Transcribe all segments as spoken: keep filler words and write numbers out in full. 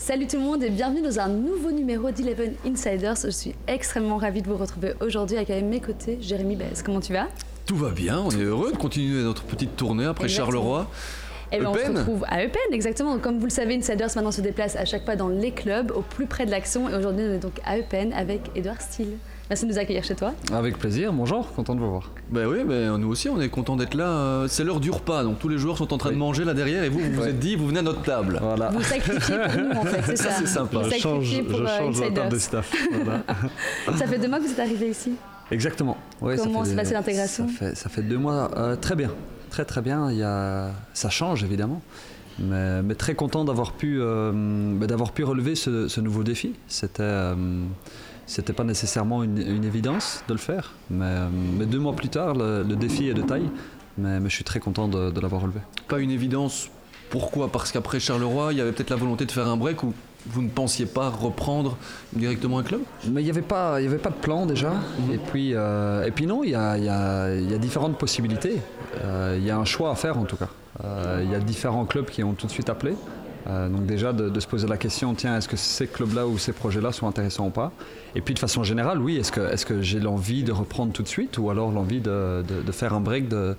Salut tout le monde et bienvenue dans un nouveau numéro d'Eleven Insiders. Je suis extrêmement ravie de vous retrouver aujourd'hui avec à mes côtés Jérémy Bess. Comment tu vas ? Tout va bien, on est heureux de continuer notre petite tournée après Exactement. Charleroi. Et ben on se retrouve à Eupen, exactement. Donc, comme vous le savez, Insiders maintenant se déplace à chaque fois dans les clubs, au plus près de l'action. Et aujourd'hui, on est donc à Eupen avec Edouard Steele. Merci de nous accueillir chez toi. Avec plaisir, bonjour, content de vous voir. Ben oui, ben nous aussi, on est content d'être là. C'est l'heure du repas, donc tous les joueurs sont en train oui. de manger là derrière et vous, vous vous ouais. êtes dit, vous venez à notre table. Voilà. Vous sacrifiez pour nous, en fait, c'est ça. Ça, c'est sympa. Vous je change, pour, je euh, change la table de staff. Voilà. Ça fait deux mois que vous êtes arrivé ici. Exactement. Ouais, Comment s'est passée l'intégration ? ça fait, ça fait deux mois, euh, très bien. Très très bien. Il y a... Ça change évidemment. Mais, mais très content d'avoir pu, euh, d'avoir pu relever ce, ce nouveau défi. C'était, euh, c'était pas nécessairement une, une évidence de le faire, mais, mais deux mois plus tard, le, le défi est de taille. Mais, mais je suis très content de, de l'avoir relevé. Pas une évidence. Pourquoi ? Parce qu'après Charleroi, il y avait peut-être la volonté de faire un break ou vous ne pensiez pas reprendre directement un club ? Mais il n'y avait pas, il y avait pas de plan déjà. Mmh. Et puis, euh, et puis non, il y a, il y a, il y a différentes possibilités. Euh, il y a un choix à faire en tout cas. Euh, il y a différents clubs qui ont tout de suite appelé. Euh, donc déjà de, de se poser la question, tiens, est-ce que ces clubs-là ou ces projets-là sont intéressants ou pas ? Et puis de façon générale, oui, est-ce que, est-ce que j'ai l'envie de reprendre tout de suite ou alors l'envie de, de, de faire un break, de,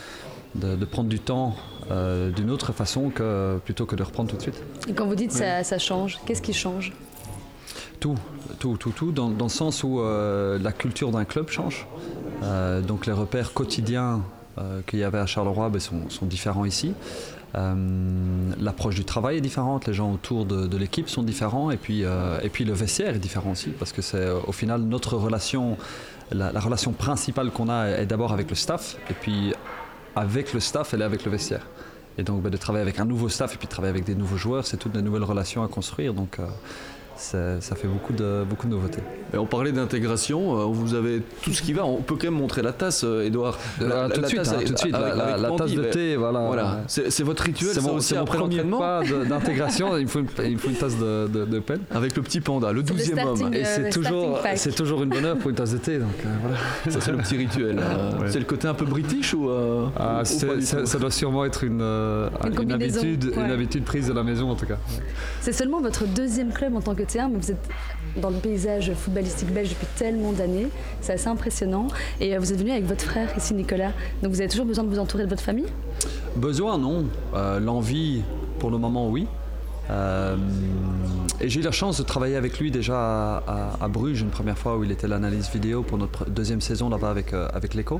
de, de prendre du temps euh, d'une autre façon que, plutôt que de reprendre tout de suite. Et quand vous dites oui. ça, ça change, qu'est-ce qui change ? Tout, tout, tout, tout, dans, dans le sens où euh, la culture d'un club change. Euh, donc les repères quotidiens euh, qu'il y avait à Charleroi ben, sont, sont différents ici. Euh, l'approche du travail est différente, les gens autour de, de l'équipe sont différents et puis, euh, et puis le vestiaire est différent aussi parce que c'est au final notre relation, la, la relation principale qu'on a est d'abord avec le staff et puis avec le staff elle est avec le vestiaire. Et donc ben, de travailler avec un nouveau staff et puis de travailler avec des nouveaux joueurs, c'est toutes des nouvelles relations à construire. Donc, euh, Ça, ça fait beaucoup de, beaucoup de nouveautés. Et on parlait d'intégration, vous avez tout ce qui va, on peut quand même montrer la tasse, Edouard. La, tout, de suite, hein, tout de suite, la, la, la tasse de thé, voilà. voilà. C'est, c'est votre rituel, c'est ça mon, aussi c'est mon après premier l'entraînement. pas de, d'intégration, il me, faut une, il me faut une tasse de, de, de peine. Avec le petit panda, le douzième homme. Et c'est, toujours, c'est toujours une bonne heure pour une tasse de thé, donc euh, voilà. Ça c'est le petit rituel. Euh, ouais. C'est le côté un peu british ou, euh, ah, ou, c'est, ou ça, ça doit sûrement être une, euh, une, une, habitude, ouais. une habitude prise de la maison en tout cas. C'est seulement votre deuxième club en tant que T un, mais vous êtes dans le paysage footballistique belge depuis tellement d'années, c'est assez impressionnant. Et vous êtes venu avec votre frère ici, Nicolas. Donc vous avez toujours besoin de vous entourer de votre famille ? Besoin, non. Euh, l'envie, pour le moment, oui. Euh, et j'ai eu la chance de travailler avec lui déjà à, à, à Bruges, une première fois où il était l'analyse vidéo pour notre deuxième saison là-bas avec, euh, avec l'Echo.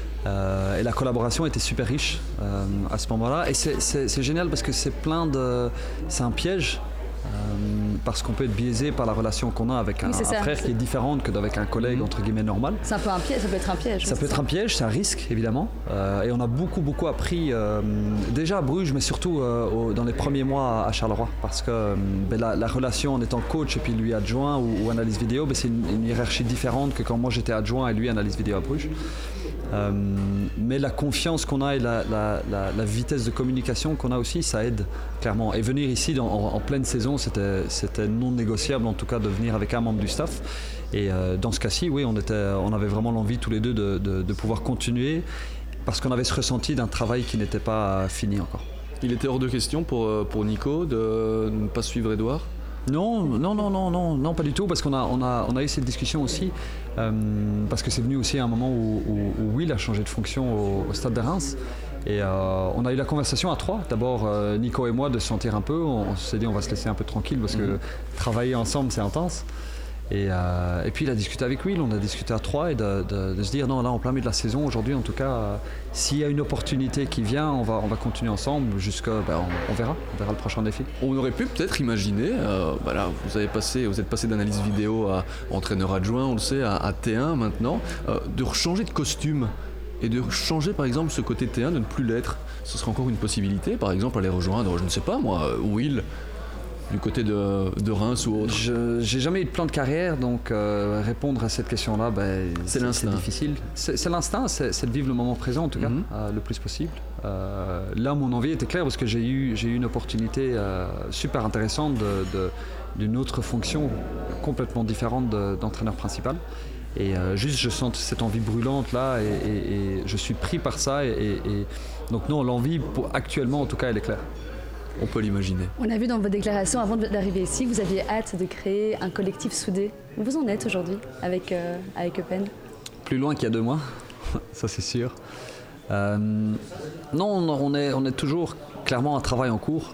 Euh, et la collaboration était super riche euh, à ce moment-là. Et c'est, c'est, c'est génial parce que c'est plein de... C'est un piège. Euh, parce qu'on peut être biaisé par la relation qu'on a avec un, oui, un frère c'est... qui est différente que d'avec un collègue mmh. entre guillemets normal. C'est un peu un piège, ça peut être un piège. Ça peut être ça. un piège, c'est un risque évidemment. Euh, et on a beaucoup beaucoup appris euh, déjà à Bruges, mais surtout euh, au, dans les premiers mois à Charleroi, parce que euh, ben, la, la relation en étant coach et puis lui adjoint ou, ou analyse vidéo, ben, c'est une, une hiérarchie différente que quand moi j'étais adjoint et lui analyse vidéo à Bruges. Euh, mais la confiance qu'on a et la, la, la, la vitesse de communication qu'on a aussi, ça aide clairement. Et venir ici dans, en, en pleine saison, c'était, c'était non négociable en tout cas de venir avec un membre du staff. Et euh, dans ce cas-ci, oui, on, était, on avait vraiment l'envie tous les deux de, de, de pouvoir continuer parce qu'on avait ce ressenti d'un travail qui n'était pas fini encore. Il était hors de question pour, pour Nico de ne pas suivre Edouard ? Non, non, non, non, non, non, pas du tout, parce qu'on a, on a, on a eu cette discussion aussi, euh, parce que c'est venu aussi à un moment où, où, où Will a changé de fonction au, au Stade de Reims. Et euh, on a eu la conversation à trois, d'abord euh, Nico et moi, de se sentir un peu, on, on s'est dit on va se laisser un peu tranquille, parce que mmh. travailler ensemble c'est intense. Et, euh, et puis il a discuté avec Will, on a discuté à trois et de, de, de se dire non là en plein milieu de la saison aujourd'hui en tout cas euh, s'il y a une opportunité qui vient on va, on va continuer ensemble jusqu'à ben, on, on verra, on verra le prochain défi. On aurait pu peut-être imaginer, euh, bah là, vous, avez passé, vous êtes passé d'analyse vidéo à entraîneur adjoint, on le sait, à, à T un maintenant, euh, de changer de costume et de changer par exemple ce côté T un, de ne plus l'être, ce serait encore une possibilité, par exemple aller rejoindre, je ne sais pas moi, Will du côté de, de Reims ou autre. Je j'ai jamais eu de plan de carrière, donc euh, répondre à cette question-là, ben, c'est, c'est, c'est difficile. C'est, c'est l'instinct, c'est, c'est de vivre le moment présent en tout cas, mm-hmm. euh, le plus possible. Euh, là, mon envie était claire parce que j'ai eu, j'ai eu une opportunité euh, super intéressante de, de, d'une autre fonction complètement différente de, d'entraîneur principal. Et euh, juste, je sens cette envie brûlante là, et, et, et je suis pris par ça. Et, et, et donc non, l'envie, pour, actuellement en tout cas, elle est claire. On peut l'imaginer. On a vu dans votre déclaration avant d'arriver ici que vous aviez hâte de créer un collectif soudé. Où vous en êtes aujourd'hui avec, euh, avec Eupen? Plus loin qu'il y a deux mois, ça c'est sûr. Euh, non, on est, on est toujours clairement un travail en cours.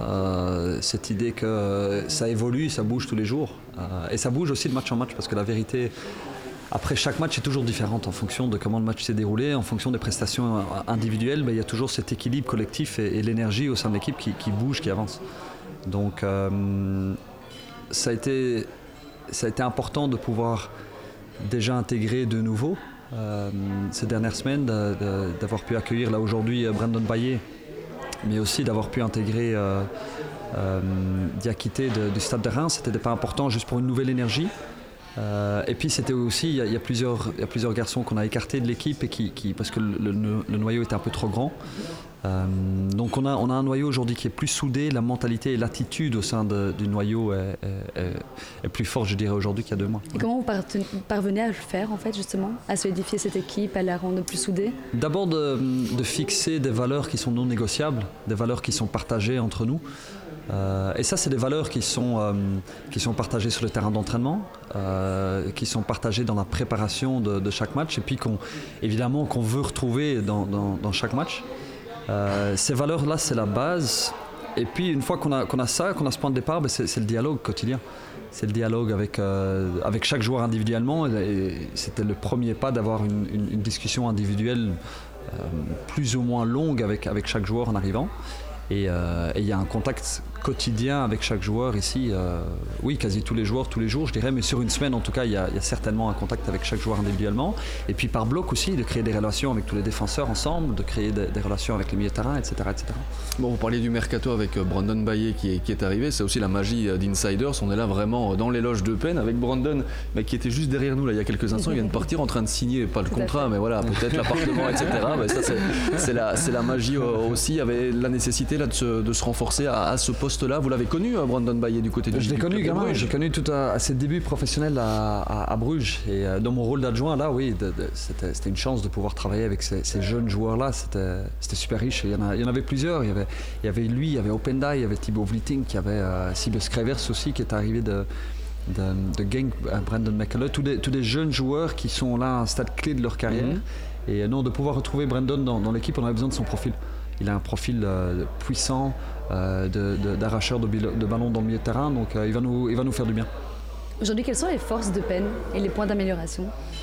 Euh, cette idée que ça évolue, ça bouge tous les jours. Euh, et ça bouge aussi de match en match parce que la vérité, après chaque match est toujours différente en fonction de comment le match s'est déroulé, en fonction des prestations individuelles, ben, il y a toujours cet équilibre collectif et, et l'énergie au sein de l'équipe qui, qui bouge, qui avance. Donc euh, ça a été, ça a été important de pouvoir déjà intégrer de nouveau euh, ces dernières semaines, de, de, d'avoir pu accueillir là aujourd'hui Brandon Baillet, mais aussi d'avoir pu intégrer euh, euh, Diakité de, du Stade de Reims. C'était pas important juste pour une nouvelle énergie. Euh, et puis c'était aussi, il y, y, a plusieurs, y a plusieurs garçons qu'on a écartés de l'équipe et qui, qui, parce que le, le, le noyau était un peu trop grand. Euh, donc on a, on a un noyau aujourd'hui qui est plus soudé, la mentalité et l'attitude au sein de, du noyau est, est, est plus forte, je dirais, aujourd'hui qu'il y a deux mois. Et comment vous parvenez à le faire, en fait, justement, à solidifier cette équipe, à la rendre plus soudée? D'abord de, de fixer des valeurs qui sont non négociables, des valeurs qui sont partagées entre nous. Euh, et ça, c'est des valeurs qui sont, euh, qui sont partagées sur le terrain d'entraînement, euh, qui sont partagées dans la préparation de, de chaque match, et puis qu'on, évidemment qu'on veut retrouver dans, dans, dans chaque match. Euh, ces valeurs-là, c'est la base. Et puis, une fois qu'on a, qu'on a ça, qu'on a ce point de départ, ben c'est, c'est le dialogue quotidien. C'est le dialogue avec, euh, avec chaque joueur individuellement. Et c'était le premier pas d'avoir une, une, une discussion individuelle euh, plus ou moins longue avec, avec chaque joueur en arrivant. Et il euh, y a un contact quotidien avec chaque joueur ici, euh, oui, quasi tous les joueurs, tous les jours, je dirais, mais sur une semaine en tout cas, il y, y a certainement un contact avec chaque joueur individuellement. Et puis par bloc aussi, de créer des relations avec tous les défenseurs ensemble, de créer des, des relations avec les milieux de terrain, et cetera, et cetera. Bon, vous parliez du mercato avec Brandon Baillet qui est, qui est arrivé, c'est aussi la magie d'Insiders. On est là vraiment dans l'éloge d'Eupen avec Brandon, mais qui était juste derrière nous là il y a quelques instants. Il vient de partir en train de signer, pas le contrat, mais voilà, peut-être l'appartement, et cetera. Mais ça, c'est, c'est, la, c'est la magie aussi. Il y avait la nécessité là, de, se, de se renforcer à, à ce poste-là. Vous l'avez connu, Brandon Baillet, du côté du Je l'ai connu, gamin. J'ai connu tout à, à ses débuts professionnels à, à, à Bruges. Et euh, dans mon rôle d'adjoint, là, oui, de, de, c'était, c'était une chance de pouvoir travailler avec ces, ces jeunes joueurs-là. C'était, c'était super riche. Et il, y en a, il y en avait plusieurs. Il y avait, il y avait lui, il y avait Openda, il y avait Thibaut Vliting, il y avait euh, Sibbe Skrevers aussi, qui est arrivé de, de, de Genk, Brandon McCullough. Tous des, tous des jeunes joueurs qui sont là à un stade clé de leur carrière. Mm-hmm. Et euh, non, de pouvoir retrouver Brandon dans, dans l'équipe, on avait besoin de son profil. Il a un profil euh, puissant, euh, de, de, d'arracheur de, de ballon dans le milieu de terrain, donc euh, il, va nous, il va nous faire du bien. Aujourd'hui, quelles sont les forces d'Eupen et les points d'amélioration?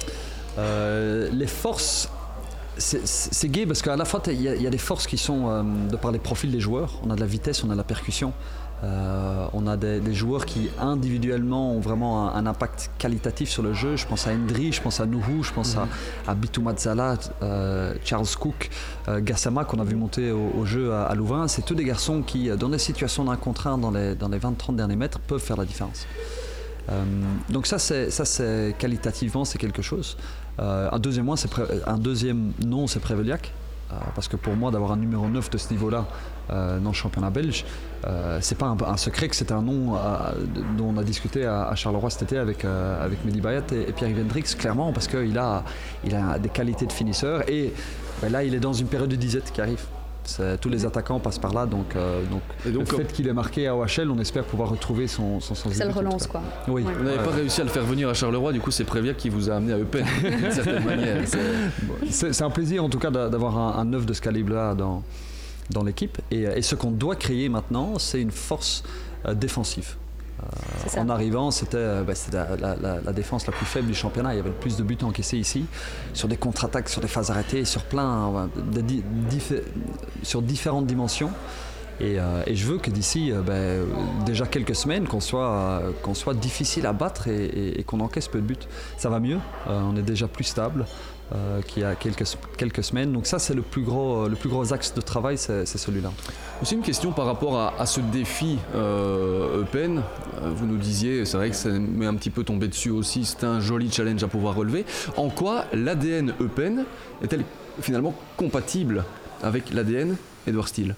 euh, Les forces, c'est, c'est gai parce qu'à la fois, il y, y a des forces qui sont euh, de par les profils des joueurs. On a de la vitesse, on a de la percussion. Euh, on a des, des joueurs qui individuellement ont vraiment un, un impact qualitatif sur le jeu. Je pense à Hendry, je pense à Nuhu, je pense mmh. à, à Bitou Mazzala, euh, Charles Cook, euh, Gassama qu'on a vu monter au, au jeu à, à Louvain. C'est tous des garçons qui, dans des situations d'un contre un, dans les, dans les vingt trente derniers mètres, peuvent faire la différence. Euh, donc ça c'est, ça, c'est qualitativement, c'est quelque chose. Euh, un, deuxième mois, c'est pré- un deuxième nom, c'est Préveliac. Euh, parce que pour moi, d'avoir un numéro neuf de ce niveau-là euh, dans le championnat belge, euh, c'est pas un, un secret que c'est un nom euh, dont on a discuté à, à Charleroi cet été avec, euh, avec Mehdi Bayat et, et Pierre-Yves Hendricks, clairement, parce qu'il a, il a des qualités de finisseur. Et ben là, il est dans une période de disette qui arrive. C'est, tous les attaquants passent par là, donc, euh, donc, et donc le fait qu'il ait marqué à O H L, on espère pouvoir retrouver son sens de but. Ça le relance, quoi. Oui. Ouais. Vous n'avez pas réussi à le faire venir à Charleroi, du coup c'est Préveliac qui vous a amené à Eupen d'une certaine manière. C'est... C'est, c'est un plaisir en tout cas d'avoir un, un neuf de ce calibre-là dans, dans l'équipe. Et, et ce qu'on doit créer maintenant, c'est une force euh, défensive. Euh, en arrivant, c'était, bah, c'était la, la, la défense la plus faible du championnat. Il y avait le plus de buts encaissés ici, sur des contre-attaques, sur des phases arrêtées, sur plein, de, de, de, sur différentes dimensions. Et, euh, et je veux que d'ici euh, bah, déjà quelques semaines, qu'on soit, euh, qu'on soit difficile à battre et, et, et qu'on encaisse peu de buts. Ça va mieux, euh, on est déjà plus stable euh, qu'il y a quelques, quelques semaines. Donc ça, c'est le plus gros, le plus gros axe de travail, c'est, c'est celui-là. Aussi une question par rapport à, à ce défi euh, Eupen. Vous nous disiez, c'est vrai que ça m'est un petit peu tombé dessus aussi, c'est un joli challenge à pouvoir relever. En quoi l'A D N Eupen est-elle finalement compatible avec l'A D N Edouard Steel?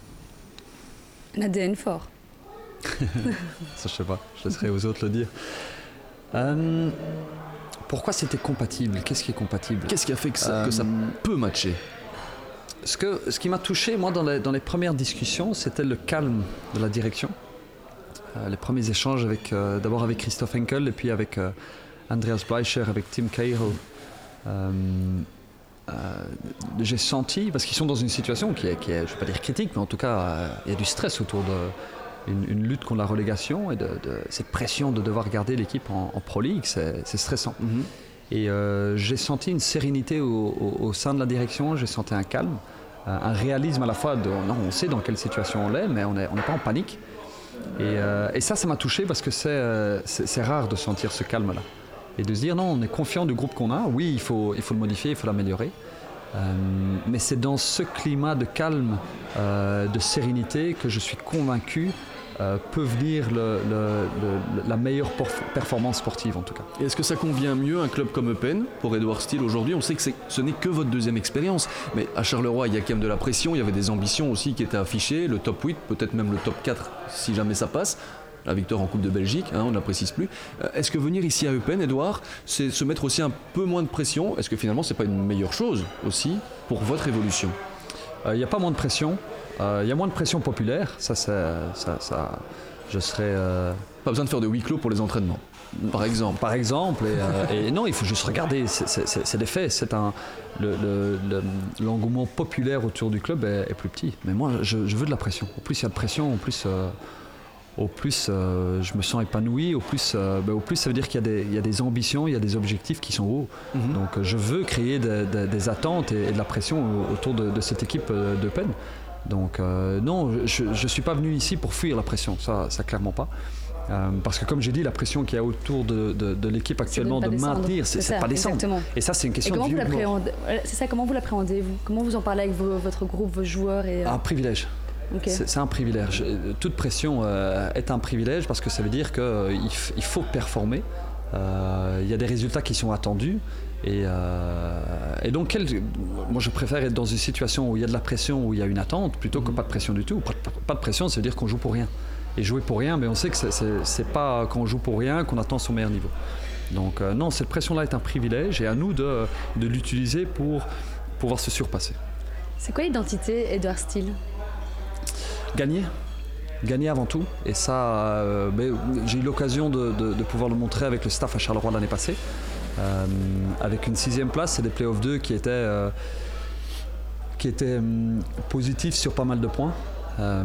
Un A D N fort. Ça, je sais pas, je laisserai aux autres le dire. Euh, pourquoi c'était compatible? Qu'est-ce qui est compatible? Qu'est-ce qui a fait que ça, euh, que ça peut matcher? ce, que, ce qui m'a touché, moi, dans les, dans les premières discussions, c'était le calme de la direction. Euh, les premiers échanges, avec, euh, d'abord avec Christophe Henkel et puis avec euh, Andreas Bleicher, avec Tim Cahill. Euh, euh, j'ai senti, parce qu'ils sont dans une situation qui est, qui est je ne vais pas dire critique, mais en tout cas, euh, il y a du stress autour de une, une lutte contre la relégation et de, de cette pression de devoir garder l'équipe en, en Pro League, c'est, c'est stressant. Mm-hmm. Et euh, j'ai senti une sérénité au, au, au sein de la direction, j'ai senti un calme, un réalisme à la fois de, non, on sait dans quelle situation on est, mais on n'est on n'est pas en panique. Et, euh, et ça, ça m'a touché parce que c'est, euh, c'est, c'est rare de sentir ce calme-là. Et de se dire, non, on est confiant du groupe qu'on a, oui, il faut, il faut le modifier, il faut l'améliorer. Euh, mais c'est dans ce climat de calme, euh, de sérénité que je suis convaincu Euh, peut venir le, le, le, la meilleure performance sportive en tout cas. Et est-ce que ça convient mieux un club comme Eupen pour Edouard Steele aujourd'hui? On sait que c'est, ce n'est que votre deuxième expérience, mais à Charleroi il y a quand même de la pression, il y avait des ambitions aussi qui étaient affichées, le top huit, peut-être même le top quatre si jamais ça passe. La victoire en Coupe de Belgique, hein, on ne la précise plus. Euh, est-ce que venir ici à Eupen, Edouard, c'est se mettre aussi un peu moins de pression? Est-ce que finalement c'est pas une meilleure chose aussi pour votre évolution? Il n'y euh, a pas moins de pression. Il euh, y a moins de pression populaire, ça, ça, ça, ça je serais... Euh... Pas besoin de faire de huis clos pour les entraînements, par exemple. Par exemple, et, euh, et non, il faut juste regarder, c'est, c'est, c'est, c'est des faits, c'est un, le, le, le, l'engouement populaire autour du club est, est plus petit. Mais moi, je, je veux de la pression. Au plus il y a de pression, au plus, euh, au plus euh, je me sens épanoui, au plus, euh, ben, au plus ça veut dire qu'il y a, des, il y a des ambitions, il y a des objectifs qui sont hauts. Mm-hmm. Donc je veux créer de, de, des attentes et, et de la pression autour de, de cette équipe d'Eupen. Donc euh, non, je ne suis pas venu ici pour fuir la pression, ça, ça clairement pas. Euh, parce que comme j'ai dit, la pression qu'il y a autour de, de, de l'équipe actuellement de, de maintenir, c'est, c'est, c'est pas descendre. Exactement. Et ça, c'est une question et de vieux. C'est ça, comment vous l'appréhendez, vous? Comment vous en parlez avec vos, votre groupe, vos joueurs et, euh... Un privilège. Okay. C'est, c'est un privilège. Toute pression euh, est un privilège parce que ça veut dire qu'il euh, f- il faut performer. Il euh, y a des résultats qui sont attendus. Et, euh, et donc, quel, moi je préfère être dans une situation où il y a de la pression, où il y a une attente, plutôt que pas de pression du tout. Pas de, pas de pression, ça veut dire qu'on joue pour rien. Et jouer pour rien, mais on sait que c'est, c'est, c'est pas quand on joue pour rien qu'on attend son meilleur niveau. Donc euh, non, cette pression-là est un privilège et à nous de, de l'utiliser pour pouvoir se surpasser. C'est quoi l'identité Edouard Steele? Gagner. Gagner avant tout. Et ça, euh, ben, j'ai eu l'occasion de, de, de pouvoir le montrer avec le staff à Charleroi l'année passée. Euh, avec une sixième place, c'est des playoffs deux qui étaient, euh, qui étaient euh, positifs sur pas mal de points. Euh,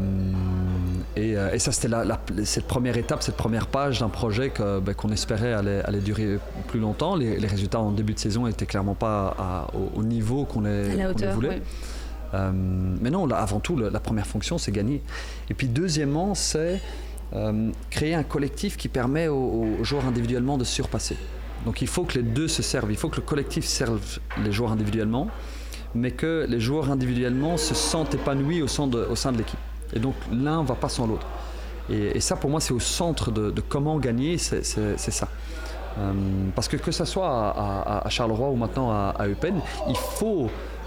et, euh, et ça, c'était la, la, cette première étape, cette première page d'un projet que, ben, qu'on espérait allait, allait durer plus longtemps. Les, les résultats en début de saison n'étaient clairement pas à, au, au niveau qu'on les, qu'on hauteur, les voulait. Oui. Euh, mais non, là, avant tout, le, la première fonction, c'est gagner. Et puis deuxièmement, c'est euh, créer un collectif qui permet aux, aux joueurs individuellement de se surpasser. Donc il faut que les deux se servent, il faut que le collectif serve les joueurs individuellement, mais que les joueurs individuellement se sentent épanouis au sein de, au sein de l'équipe. Et donc l'un ne va pas sans l'autre. Et, et ça pour moi c'est au centre de, de comment gagner, c'est, c'est, c'est ça. Euh, parce que que ce soit à, à, à Charleroi ou maintenant à, à Eupen, il faut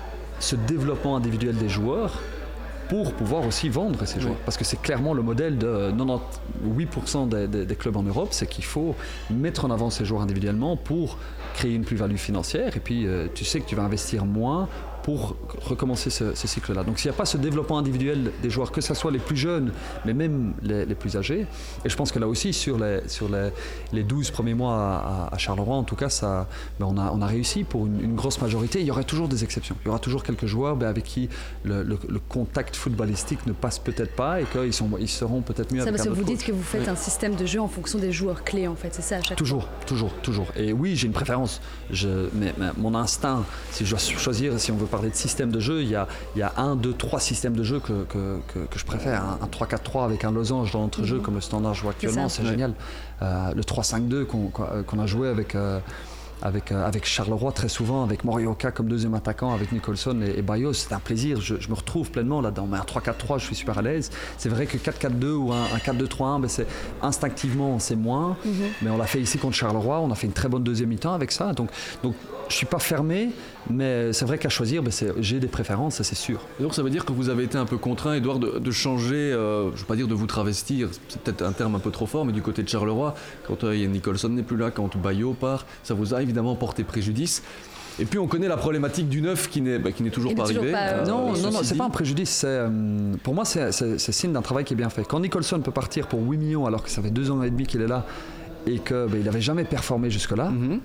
ce développement individuel des joueurs pour pouvoir aussi vendre ces joueurs. Oui. Parce que c'est clairement le modèle de quatre-vingt-dix-huit pour cent des, des, des clubs en Europe, c'est qu'il faut mettre en avant ces joueurs individuellement pour créer une plus-value financière et puis euh, tu sais que tu vas investir moins pour recommencer ce, ce cycle-là. Donc s'il n'y a pas ce développement individuel des joueurs, que ce soit les plus jeunes, mais même les, les plus âgés, et je pense que là aussi, sur les, sur les, les douze premiers mois à, à Charleroi, en tout cas, ça, ben on, a, on a réussi pour une, une grosse majorité. Il y aura toujours des exceptions. Il y aura toujours quelques joueurs ben, avec qui le, le, le contact footballistique ne passe peut-être pas et qu'ils sont, ils seront peut-être mieux ça, avec un autre coach. Vous dites que vous faites oui. un système de jeu en fonction des joueurs clés, en fait, c'est ça à chaque toujours, fois. Toujours, toujours, toujours. Et oui, j'ai une préférence. Je, mais, mais mon instinct, si je dois choisir, si on veut parler de système de jeu, il y a, il y a un, deux, trois systèmes de jeu que, que, que, que je préfère. Un, un trois quatre trois avec un losange dans l'entrejeu, mmh. comme le Standard joue actuellement, c'est, c'est génial. Euh, le trois cinq deux qu'on, qu'on a joué avec, euh, avec, euh, avec Charleroi très souvent, avec Morioka comme deuxième attaquant, avec Nicholson et, et Bayos, c'est un plaisir. Je, je me retrouve pleinement là-dedans. Mais un trois quatre trois, je suis super à l'aise. C'est vrai que quatre quatre deux ou un, un quatre deux trois un, ben c'est, instinctivement, c'est moins. Mmh. Mais on l'a fait ici contre Charleroi. On a fait une très bonne deuxième mi-temps avec ça. Donc, donc je ne suis pas fermé, mais c'est vrai qu'à choisir, ben c'est, j'ai des préférences, ça c'est sûr. Et donc ça veut dire que vous avez été un peu contraint, Edouard, de, de changer, euh, je ne veux pas dire de vous travestir, c'est peut-être un terme un peu trop fort, mais du côté de Charleroi, quand euh, Nicholson n'est plus là, quand Bayo part, ça vous a évidemment porté préjudice. Et puis on connaît la problématique du neuf qui n'est, bah, qui n'est toujours Il pas n'est toujours arrivé. pas, euh, Euh, Non, non, non, ceci c'est dit. pas un préjudice. C'est, euh, pour moi, c'est, c'est, c'est signe d'un travail qui est bien fait. Quand Nicholson peut partir pour huit millions alors que ça fait deux ans et demi qu'il est là et qu'il ben, n'avait jamais performé jusque-là, Mhm.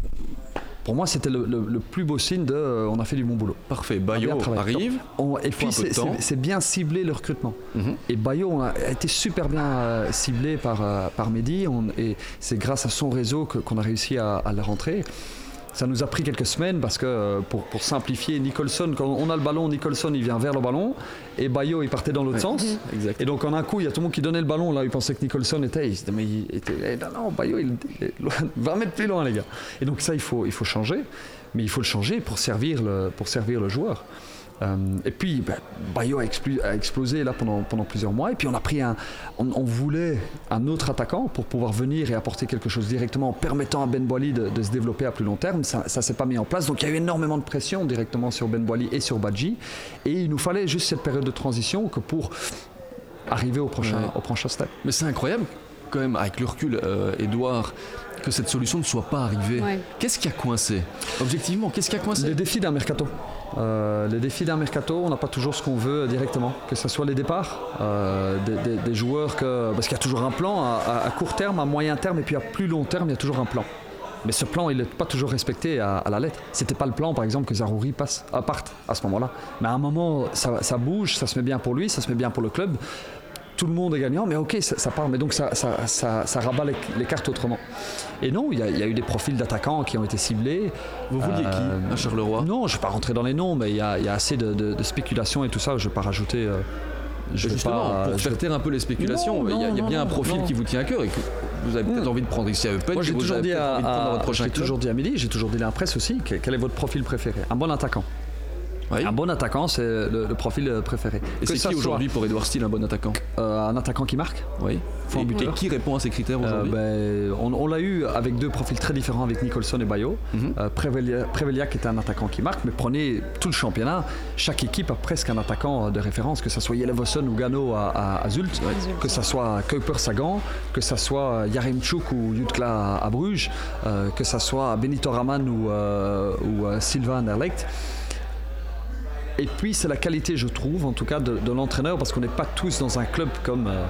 pour moi, c'était le, le- le plus beau signe de euh, on a fait du bon boulot. Parfait, On a bien Bayo travaillé. arrive. On- et faut puis, un peu de c'est, temps. c'est- c'est bien ciblé le recrutement. Mhm. Et Bayo a été super bien euh, ciblé par, euh, par Mehdi. On- et c'est grâce à son réseau que- qu'on a réussi à, à le rentrer. Ça nous a pris quelques semaines parce que, euh, pour, pour simplifier, Nicholson, quand on a le ballon, Nicholson il vient vers le ballon et Bayo il partait dans l'autre Ouais. sens. Exact. Et donc en un coup, il y a tout le monde qui donnait le ballon. Là, il pensait que Nicholson était. Il se disait, mais il était. eh, non, non, Bayo, il il est loin, vingt mètres plus loin, les gars. Et donc ça, il faut, il faut changer. Mais il faut le changer pour servir le, pour servir le joueur. Euh, et puis, ben, Bayo a, explu- a explosé là pendant, pendant plusieurs mois. Et puis, on a pris un. On, on voulait un autre attaquant pour pouvoir venir et apporter quelque chose directement en permettant à Ben Boili de, de se développer à plus long terme. Ça ne s'est pas mis en place. Donc, il y a eu énormément de pression directement sur Ben Boili et sur Badji. Et il nous fallait juste cette période de transition que pour arriver au prochain, Ouais. au prochain step. Mais c'est incroyable, quand même, avec le recul, euh, Edouard, que cette solution ne soit pas arrivée. Ouais. Qu'est-ce qui a coincé? Objectivement, qu'est-ce qui a coincé? Les défis d'un mercato. Euh, les défis d'un mercato, on n'a pas toujours ce qu'on veut directement. Que ce soit les départs, euh, des, des- des joueurs, que, parce qu'il y a toujours un plan à, à- à court terme, à moyen terme et puis à plus long terme, il y a toujours un plan. Mais ce plan, il n'est pas toujours respecté à, à la lettre. C'était pas le plan, par exemple, que Zaroury passe, euh, parte à ce moment-là. Mais à un moment, ça, ça bouge, ça se met bien pour lui, ça se met bien pour le club. Tout le monde est gagnant, mais ok, ça, ça part, mais donc ça, ça, ça, ça rabat les, les cartes autrement. Et non, il y, a- il y a eu des profils d'attaquants qui ont été ciblés. Vous vouliez Euh, qui à Charleroi? Non, je ne vais pas rentrer dans les noms, mais il y a, il y a assez de, de, de spéculation et tout ça, je ne vais pas rajouter. euh, je vais Justement, pas, pour je faire vais- taire un peu les spéculations, Non, il y a, il y a non, bien non, un profil non. qui vous tient à cœur et que vous avez peut-être Mm. envie de prendre ici à Eupen, Moi, que j'ai vous toujours avez dit peut-être à, envie de prendre dans votre à- prochain j'ai club. toujours dit à Mehdi, j'ai toujours dit à la presse aussi, que- quel est votre profil préféré? Un bon attaquant. Oui. Un bon attaquant, c'est le, le profil euh, préféré. Et Que c'est ça qui soit, aujourd'hui pour Edouard Steele un bon attaquant? euh, un attaquant qui marque. Oui. Faut un Et, buteur. et qui répond à ces critères Euh, aujourd'hui? ben, on on l'a eu avec deux profils très différents avec Nicholson et Bayo. Mhm. Euh, Prevelia- Preveliac était un attaquant qui marque, mais prenez tout le championnat, chaque équipe a presque un attaquant de référence, que ce soit Yelevoson ou Gano à, à, à Zult, que ce soit Kuiper Sagan, que ce soit Yaremchuk ou Jutkla à, à Bruges, euh, que ce soit Benito Raman ou, euh, ou euh, Sylvain Anderlecht. Et puis c'est la qualité, je trouve, en tout cas, de, de l'entraîneur, parce qu'on n'est pas tous dans un club comme, euh,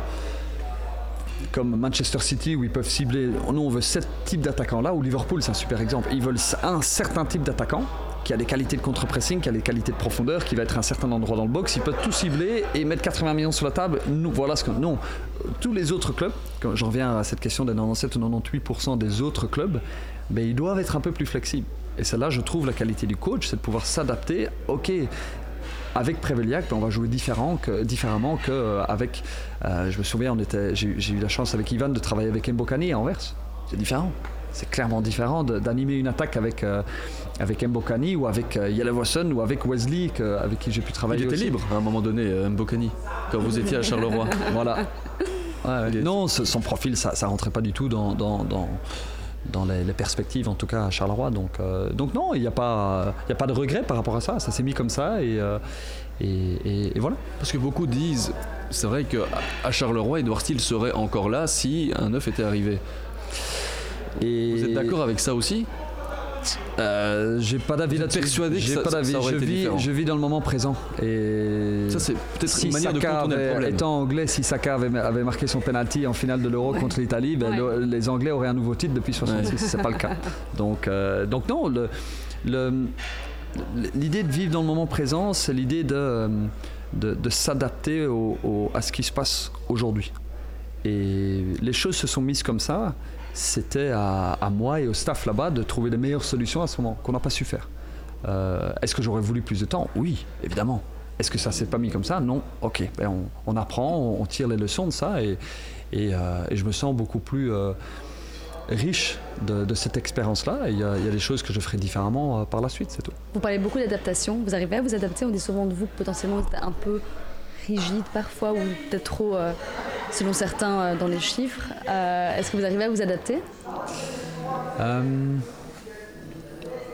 comme Manchester City où ils peuvent cibler. Nous, on veut ce type d'attaquant-là, ou Liverpool, c'est un super exemple. Ils veulent un certain type d'attaquant qui a des qualités de contre-pressing, qui a des qualités de profondeur, qui va être à un certain endroit dans le box. Ils peuvent tout cibler et mettre quatre-vingts millions sur la table. Nous, voilà ce que. Non, tous les autres clubs, quand j'en reviens à cette question des quatre-vingt-dix-sept ou quatre-vingt-dix-huit pour cent des autres clubs, ben, ils doivent être un peu plus flexibles. Et c'est là, je trouve, la qualité du coach, c'est de pouvoir s'adapter. Ok, avec Preveliac, ben, on va jouer différent que, différemment qu'avec. Euh, je me souviens, on était, j'ai, j'ai eu la chance avec Ivan de travailler avec Mbokani à Anvers. C'est différent. C'est clairement différent de, d'animer une attaque avec, euh, avec Mbokani ou avec euh, Yelevoson ou avec Wesley, que, avec qui j'ai pu travailler. Il était aussi. libre à un moment donné, euh, Mbokani, quand vous étiez à Charleroi. Voilà. Ouais, ouais. Il est- Non, ce- son profil, ça, ça rentrait pas du tout dans, dans, dans, dans les, les perspectives, en tout cas à Charleroi. Donc, euh, donc non, il n'y a, pas- il y a pas de regret par rapport à ça. Ça s'est mis comme ça et, euh, et, et- et voilà. Parce que beaucoup disent, c'est vrai qu'à à Charleroi, Edouard Steele serait encore là si un neuf était arrivé. Et Vous êtes d'accord avec ça aussi? euh, J'ai pas d'avis Vous êtes là-dessus. persuadé que J'ai ça- pas d'avis. ça aurait je, été vis, différent? je vis dans le moment présent. Et Ça, c'est peut-être si une manière de Saka contourner le avait- problème. étant anglais, si Saka avait, avait marqué son penalty en finale de l'Euro Ouais. contre l'Italie, ben, Ouais. le- les Anglais auraient un nouveau titre depuis soixante-six. Ouais. C'est pas le cas. Donc, euh, donc non, le, le- l'idée de vivre dans le moment présent, c'est l'idée de, euh, de, de s'adapter au- au- à ce qui se passe aujourd'hui. Et les choses se sont mises comme ça. C'était à, à moi et au staff là-bas de trouver les meilleures solutions à ce moment qu'on n'a pas su faire. Euh, est-ce que j'aurais voulu plus de temps? Oui, évidemment. Est-ce que ça s'est pas mis comme ça? Non. Ok, ben on, on apprend, on, on tire les leçons de ça et, et, euh, et je me sens beaucoup plus euh, riche de, de cette expérience-là. Et Il y, a- il y a des choses que je ferai différemment euh, par la suite, c'est tout. Vous parlez beaucoup d'adaptation. Vous arrivez à vous adapter? On dit souvent de vous que potentiellement vous êtes un peu rigide parfois ou peut-être trop, euh, selon certains, euh, dans les chiffres. Euh, est-ce que vous arrivez à vous adapter? Euh,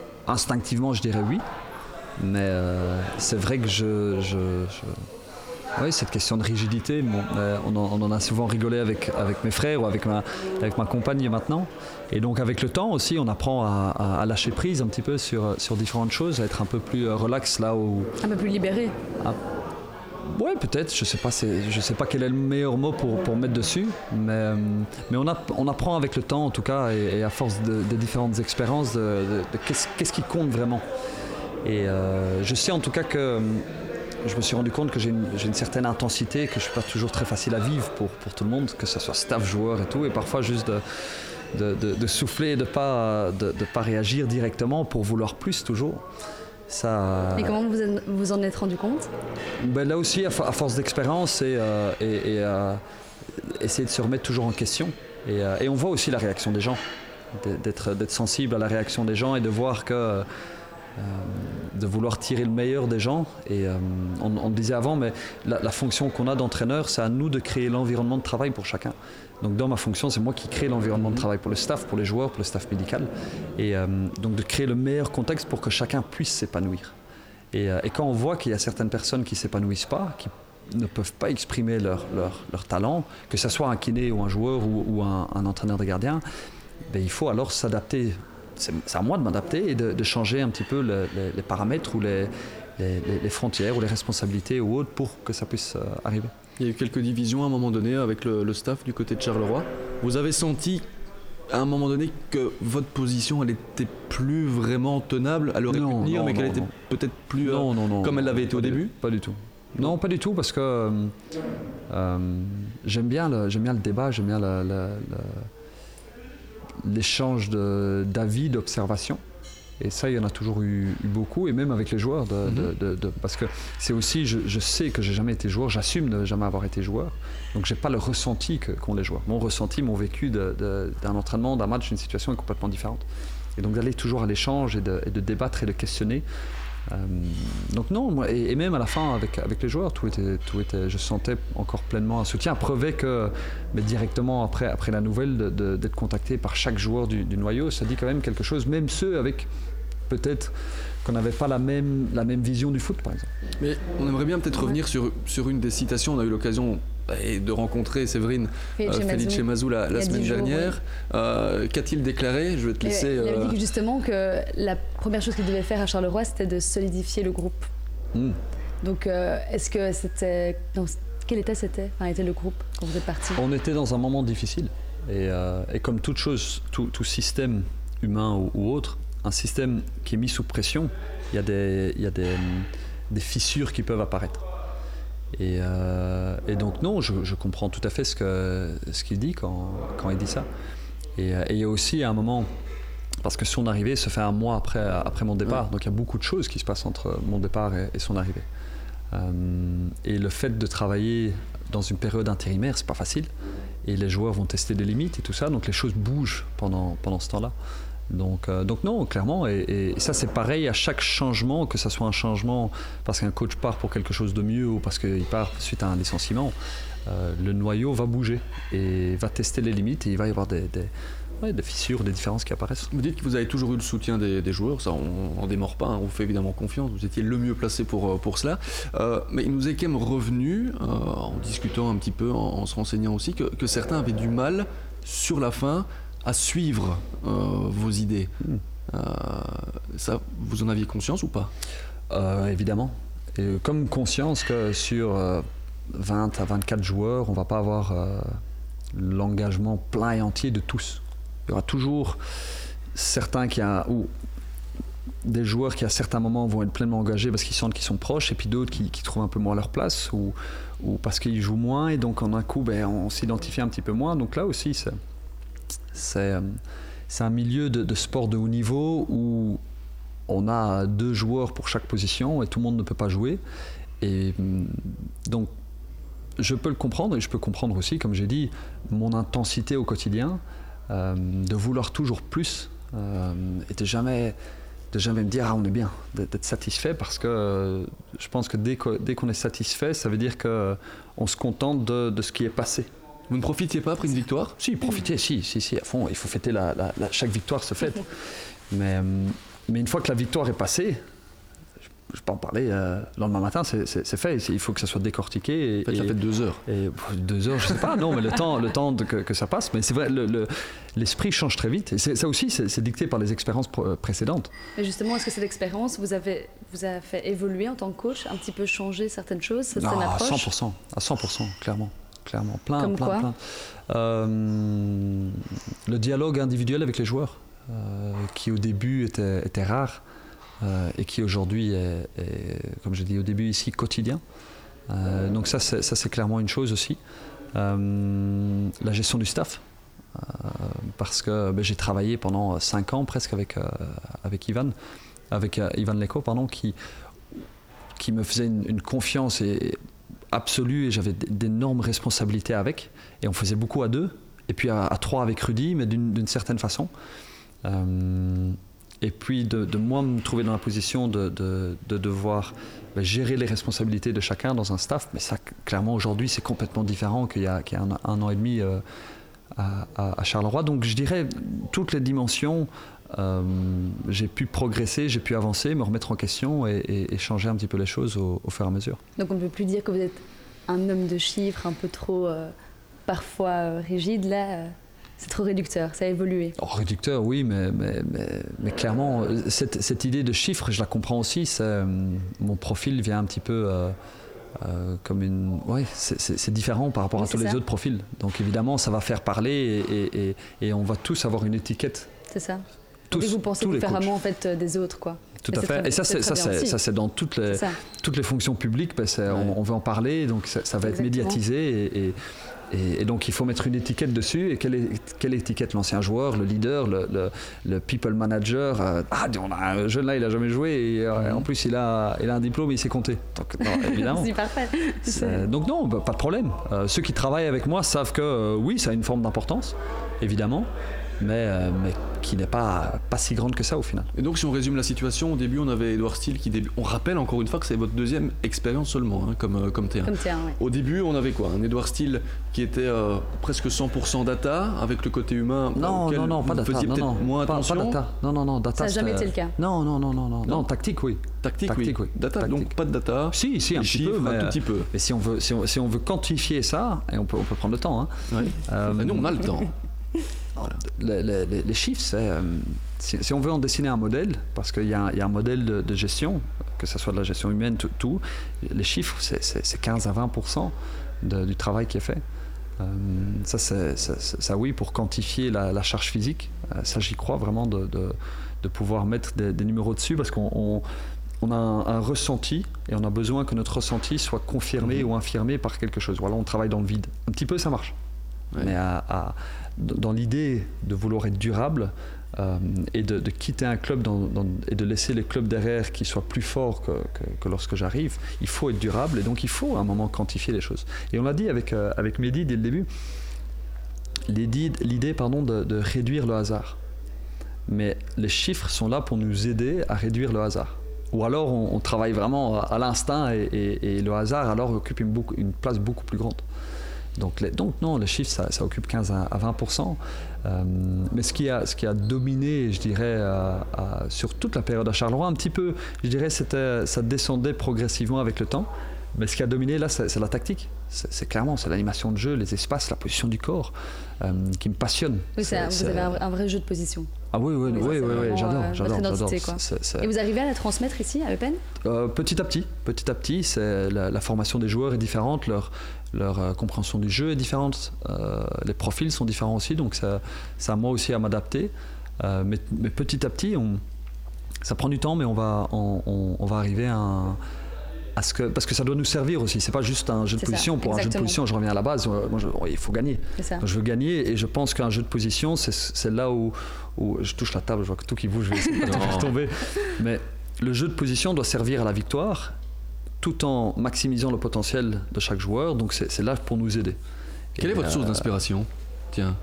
instinctivement, je dirais oui. Mais euh, c'est vrai que je, je, je, Oui, cette question de rigidité, bon, euh, on, en, on en a souvent rigolé avec, avec mes frères ou avec ma, avec ma compagne maintenant. Et donc avec le temps aussi, on apprend à, à, à lâcher prise un petit peu sur, sur différentes choses, à être un peu plus relax là où... Un peu plus libéré. Ah, ouais, peut-être, je sais pas, c'est, je sais pas quel est le meilleur mot pour, pour mettre dessus, mais, mais on, a, on apprend avec le temps en tout cas, et, et à force de, de différentes expériences, de, de, de qu'est-ce, qu'est-ce qui compte vraiment. Et euh, je sais en tout cas que je me suis rendu compte que j'ai une, j'ai une certaine intensité, que je ne suis pas toujours très facile à vivre pour, pour tout le monde, que ce soit staff, joueur et tout, et parfois juste de, de, de, de souffler et de ne pas, de, de pas réagir directement pour vouloir plus toujours. Ça... Et comment vous vous en êtes rendu compte? Ben là aussi, à, à force d'expérience et, euh, et, et euh, essayer de se remettre toujours en question. Et, euh, et on voit aussi la réaction des gens, d'être, d'être sensible à la réaction des gens et de voir que... Euh, de vouloir tirer le meilleur des gens. Et euh, on, on le disait avant, mais la, la fonction qu'on a d'entraîneur, c'est à nous de créer l'environnement de travail pour chacun. Donc dans ma fonction, c'est moi qui crée l'environnement de travail pour le staff, pour les joueurs, pour le staff médical. Et euh, donc de créer le meilleur contexte pour que chacun puisse s'épanouir. Et, euh, et quand on voit qu'il y a certaines personnes qui ne s'épanouissent pas, qui ne peuvent pas exprimer leur, leur, leur talent, que ce soit un kiné ou un joueur ou, ou un, un entraîneur de gardien, ben, il faut alors s'adapter. C'est, c'est à moi de m'adapter et de, de changer un petit peu le, les, les paramètres ou les, les, les frontières ou les responsabilités ou autres pour que ça puisse euh, arriver. Il y a eu quelques divisions à un moment donné avec le, le staff du côté de Charleroi. Vous avez senti à un moment donné que votre position elle était plus vraiment tenable, elle aurait non, pu tenir, non, mais qu'elle non, était non. peut-être plus non, euh, non, non, comme elle l'avait été au du, début. Pas du tout. Non, pas du tout, parce que euh, euh, j'aime bien le, j'aime bien le débat, j'aime bien le, le, le l'échange de, d'avis, d'observations. Et ça, il y en a toujours eu, eu beaucoup, et même avec les joueurs. De, mm-hmm. de, de, de, parce que c'est aussi, je, je sais que j'ai jamais été joueur, j'assume de jamais avoir été joueur. Donc, j'ai pas le ressenti que, qu'ont les joueurs. Mon ressenti, mon vécu de, de, d'un entraînement, d'un match, d'une situation est complètement différente. Et donc, d'aller toujours à l'échange et de, et de débattre et de questionner. Euh, donc non, moi, et, et même à la fin avec, avec les joueurs, tout était, tout était, je sentais encore pleinement un soutien. Preuve que mais directement après, après la nouvelle de, de, d'être contacté par chaque joueur du, du noyau, ça dit quand même quelque chose, même ceux avec peut-être qu'on n'avait pas la même, la même vision du foot par exemple. Mais on aimerait bien peut-être revenir sur, sur une des citations. On a eu l'occasion de rencontrer Séverine Felice euh, Mazou, Mazou la, la semaine jours, dernière. Oui. Euh, qu'a-t-il déclaré? Je vais te laisser. Il avait euh... dit justement que la première chose qu'il devait faire à Charleroi, c'était de solidifier le groupe. Mm. Donc, euh, est-ce que c'était dans quel état c'était, enfin, était le groupe quand vous êtes parti? On était dans un moment difficile, et, euh, et comme toute chose, tout, tout système humain ou, ou autre, un système qui est mis sous pression, il y a des, il y a des, des fissures qui peuvent apparaître. Et, euh, et donc non, je, je comprends tout à fait ce, que, ce qu'il dit quand, quand il dit ça. Et, et il y a aussi un moment, parce que son arrivée se fait un mois après, après mon départ, ouais. Donc il y a beaucoup de choses qui se passent entre mon départ et, et son arrivée. Euh, et le fait de travailler dans une période intérimaire, c'est pas facile. Et les joueurs vont tester des limites et tout ça, donc les choses bougent pendant, pendant ce temps-là. Donc, euh, donc non, clairement, et, et ça c'est pareil à chaque changement, que ce soit un changement parce qu'un coach part pour quelque chose de mieux ou parce qu'il part suite à un licenciement, euh, le noyau va bouger et va tester les limites et il va y avoir des, des, ouais, des fissures, des différences qui apparaissent. Vous dites que vous avez toujours eu le soutien des, des joueurs, ça on n'en démord pas, hein, on vous fait évidemment confiance, vous étiez le mieux placé pour, pour cela, euh, mais il nous est quand même revenu, euh, en discutant un petit peu, en, en se renseignant aussi, que, que certains avaient du mal sur la fin à suivre euh, vos idées. Mmh. Euh, ça, vous en aviez conscience ou pas? euh, Évidemment. Et comme conscience que sur euh, vingt à vingt-quatre joueurs, on ne va pas avoir euh, l'engagement plein et entier de tous. Il y aura toujours certains qui a, ou des joueurs qui à certains moments vont être pleinement engagés parce qu'ils sentent qu'ils sont proches, et puis d'autres qui, qui trouvent un peu moins leur place, ou, ou parce qu'ils jouent moins, et donc en un coup ben, on s'identifie un petit peu moins. Donc là aussi c'est C'est, c'est un milieu de, de sport de haut niveau où on a deux joueurs pour chaque position et tout le monde ne peut pas jouer. Et donc, je peux le comprendre, et je peux comprendre aussi, comme j'ai dit, mon intensité au quotidien, euh, de vouloir toujours plus euh, et de jamais, de jamais me dire « ah, on est bien », d'être satisfait, parce que euh, je pense que dès, que dès qu'on est satisfait, ça veut dire qu'on se contente de, de ce qui est passé. Vous ne profitiez pas après une victoire? Si, profiter, si, si, si, à fond. Il faut fêter, la, la, la, chaque victoire se fête. Mais, mais une fois que la victoire est passée, je peux en parler euh, le lendemain matin, c'est, c'est, c'est fait. Il faut que ça soit décortiqué. Et, en fait, ça et, fait deux heures. Et, deux heures, je sais pas, non, mais le temps, le temps de, que, que ça passe. Mais c'est vrai, le, le, l'esprit change très vite. Et c'est, ça aussi, c'est, c'est dicté par les expériences pr- précédentes. Et justement, est-ce que cette expérience vous, avez, vous a fait évoluer en tant que coach, un petit peu changer certaines choses, certaines non, approches? À cent pour cent, à cent pour cent, clairement. Clairement, plein, Comme plein, quoi plein. Euh, le dialogue individuel avec les joueurs, euh, qui au début était, était rare. Euh, et qui aujourd'hui est, est, comme j'ai dit au début ici, quotidien. Euh, donc ça c'est, ça, c'est clairement une chose aussi. Euh, la gestion du staff, euh, parce que ben, j'ai travaillé pendant cinq ans presque avec, euh, avec Ivan, avec euh, Ivan Leko, pardon, qui, qui me faisait une, une confiance et, absolue, et j'avais d'énormes responsabilités avec. Et on faisait beaucoup à deux, et puis à, à trois avec Rudy, mais d'une, d'une certaine façon. Euh, Et puis de, de moi me trouver dans la position de, de, de devoir ben, gérer les responsabilités de chacun dans un staff. Mais ça, clairement, aujourd'hui, c'est complètement différent qu'il y a, qu'il y a un, un an et demi euh, à, à, à Charleroi. Donc je dirais, toutes les dimensions, euh, j'ai pu progresser, j'ai pu avancer, me remettre en question et, et, et changer un petit peu les choses au, au fur et à mesure. Donc on ne peut plus dire que vous êtes un homme de chiffres un peu trop, euh, parfois euh, rigide, là euh... C'est trop réducteur, ça a évolué. Oh, réducteur, oui, mais, mais, mais, mais clairement, cette, cette idée de chiffres, je la comprends aussi. C'est, euh, mon profil vient un petit peu euh, euh, comme une... Oui, c'est, c'est, c'est différent par rapport oui, à tous ça. les autres profils. Donc évidemment, ça va faire parler et, et, et, et on va tous avoir une étiquette. C'est ça. Tous, et vous pensez différemment en fait, des autres, quoi. Tout et à fait. Très, et ça, c'est, ça, c'est, ça, c'est dans toutes les, toutes les fonctions publiques. Ben c'est, ouais. on, on veut en parler, donc ça, ça va Exactement. être médiatisé. Et, et, Et, et donc il faut mettre une étiquette dessus. Et quelle, est, quelle étiquette? L'ancien joueur, le leader, le, le, le people manager. Euh, ah, on a un jeune là, il a jamais joué. Et euh, mmh. en plus, il a, il a un diplôme et il sait compter. Donc, non, évidemment. C'est parfait. C'est, donc non, bah, pas de problème. Euh, ceux qui travaillent avec moi savent que euh, oui, ça a une forme d'importance, évidemment. Mais, euh, mais qui n'est pas, pas si grande que ça au final. Et donc si on résume la situation, au début on avait Edouard Steele qui début... On rappelle encore une fois que c'est votre deuxième expérience seulement hein, comme, euh, comme T un. Comme T un, oui. Au début on avait quoi? Un Edouard Steele qui était euh, presque cent pour cent data, avec le côté humain non, auquel non, non, vous pas data, faisiez non, peut-être non, moins pas, attention. Pas data. Non, non, non, data. Ça n'a jamais été le cas. Non, non, non, non, non, non, non tactique oui. Tactique, tactique oui. oui. Data, tactique. donc pas de data. Si, si, un petit chiffres, peu, mais, un tout petit peu. Mais si on veut, si on, si on veut quantifier ça, et on peut, on peut prendre le temps. Hein. Ouais. Euh, nous on a le temps. Voilà. Les, les, les chiffres, c'est, euh, si, si on veut en dessiner un modèle, parce qu'il y a, il y a un modèle de, de gestion, que ce soit de la gestion humaine, tout, tout les chiffres, c'est, c'est, c'est quinze à vingt pour cent de, du travail qui est fait. Euh, ça, c'est, ça, ça, oui, pour quantifier la, la charge physique, euh, ça, j'y crois vraiment de, de, de pouvoir mettre des, des numéros dessus, parce qu'on on, on a un, un ressenti, et on a besoin que notre ressenti soit confirmé mmh. ou infirmé par quelque chose. Voilà, on travaille dans le vide. Un petit peu, ça marche. Ouais. Mais à, à, dans l'idée de vouloir être durable euh, et de, de quitter un club dans, dans, et de laisser les clubs derrière qui soient plus forts que, que, que lorsque j'arrive, il faut être durable et donc il faut à un moment quantifier les choses. Et on l'a dit avec, euh, avec Mehdi dès le début, l'idée, l'idée pardon, de, de réduire le hasard. Mais les chiffres sont là pour nous aider à réduire le hasard. Ou alors on, on travaille vraiment à, à l'instinct et, et, et le hasard alors occupe une, beaucoup, une place beaucoup plus grande. Donc, les, donc non, les chiffres, ça, ça occupe quinze à vingt pour cent. Euh, mais ce qui, a, ce qui a dominé, je dirais, à, à, sur toute la période à Charleroi, un petit peu, je dirais, c'était, ça descendait progressivement avec le temps. Mais ce qui a dominé, là, c'est, c'est la tactique. C'est, c'est clairement, c'est l'animation de jeu, les espaces, la position du corps, euh, qui me passionne. Oui, c'est, c'est, vous avez un, un vrai jeu de position. Ah oui, oui, oui, oui, oui, oui j'adore, euh, j'adore, j'adore. C'est, c'est... Et vous arrivez à la transmettre ici, à Eupen ? euh, Petit à petit, petit à petit, c'est la, la formation des joueurs est différente, leur, leur euh, compréhension du jeu est différente, euh, les profils sont différents aussi, donc ça, ça a moi aussi à m'adapter. Euh, mais, mais petit à petit, on, ça prend du temps, mais on va, on, on, on va arriver à un... À ce que, parce que ça doit nous servir aussi, c'est pas juste un jeu de c'est position. Ça, pour exactement. Un jeu de position, je reviens à la base, moi, je, il faut gagner. Je veux gagner et je pense qu'un jeu de position, c'est, c'est là où, où je touche la table, je vois que tout qui bouge, je vais essayer de pas tomber. Mais le jeu de position doit servir à la victoire tout en maximisant le potentiel de chaque joueur, donc c'est, c'est là pour nous aider. Quelle et est votre euh, source d'inspiration ? Tiens,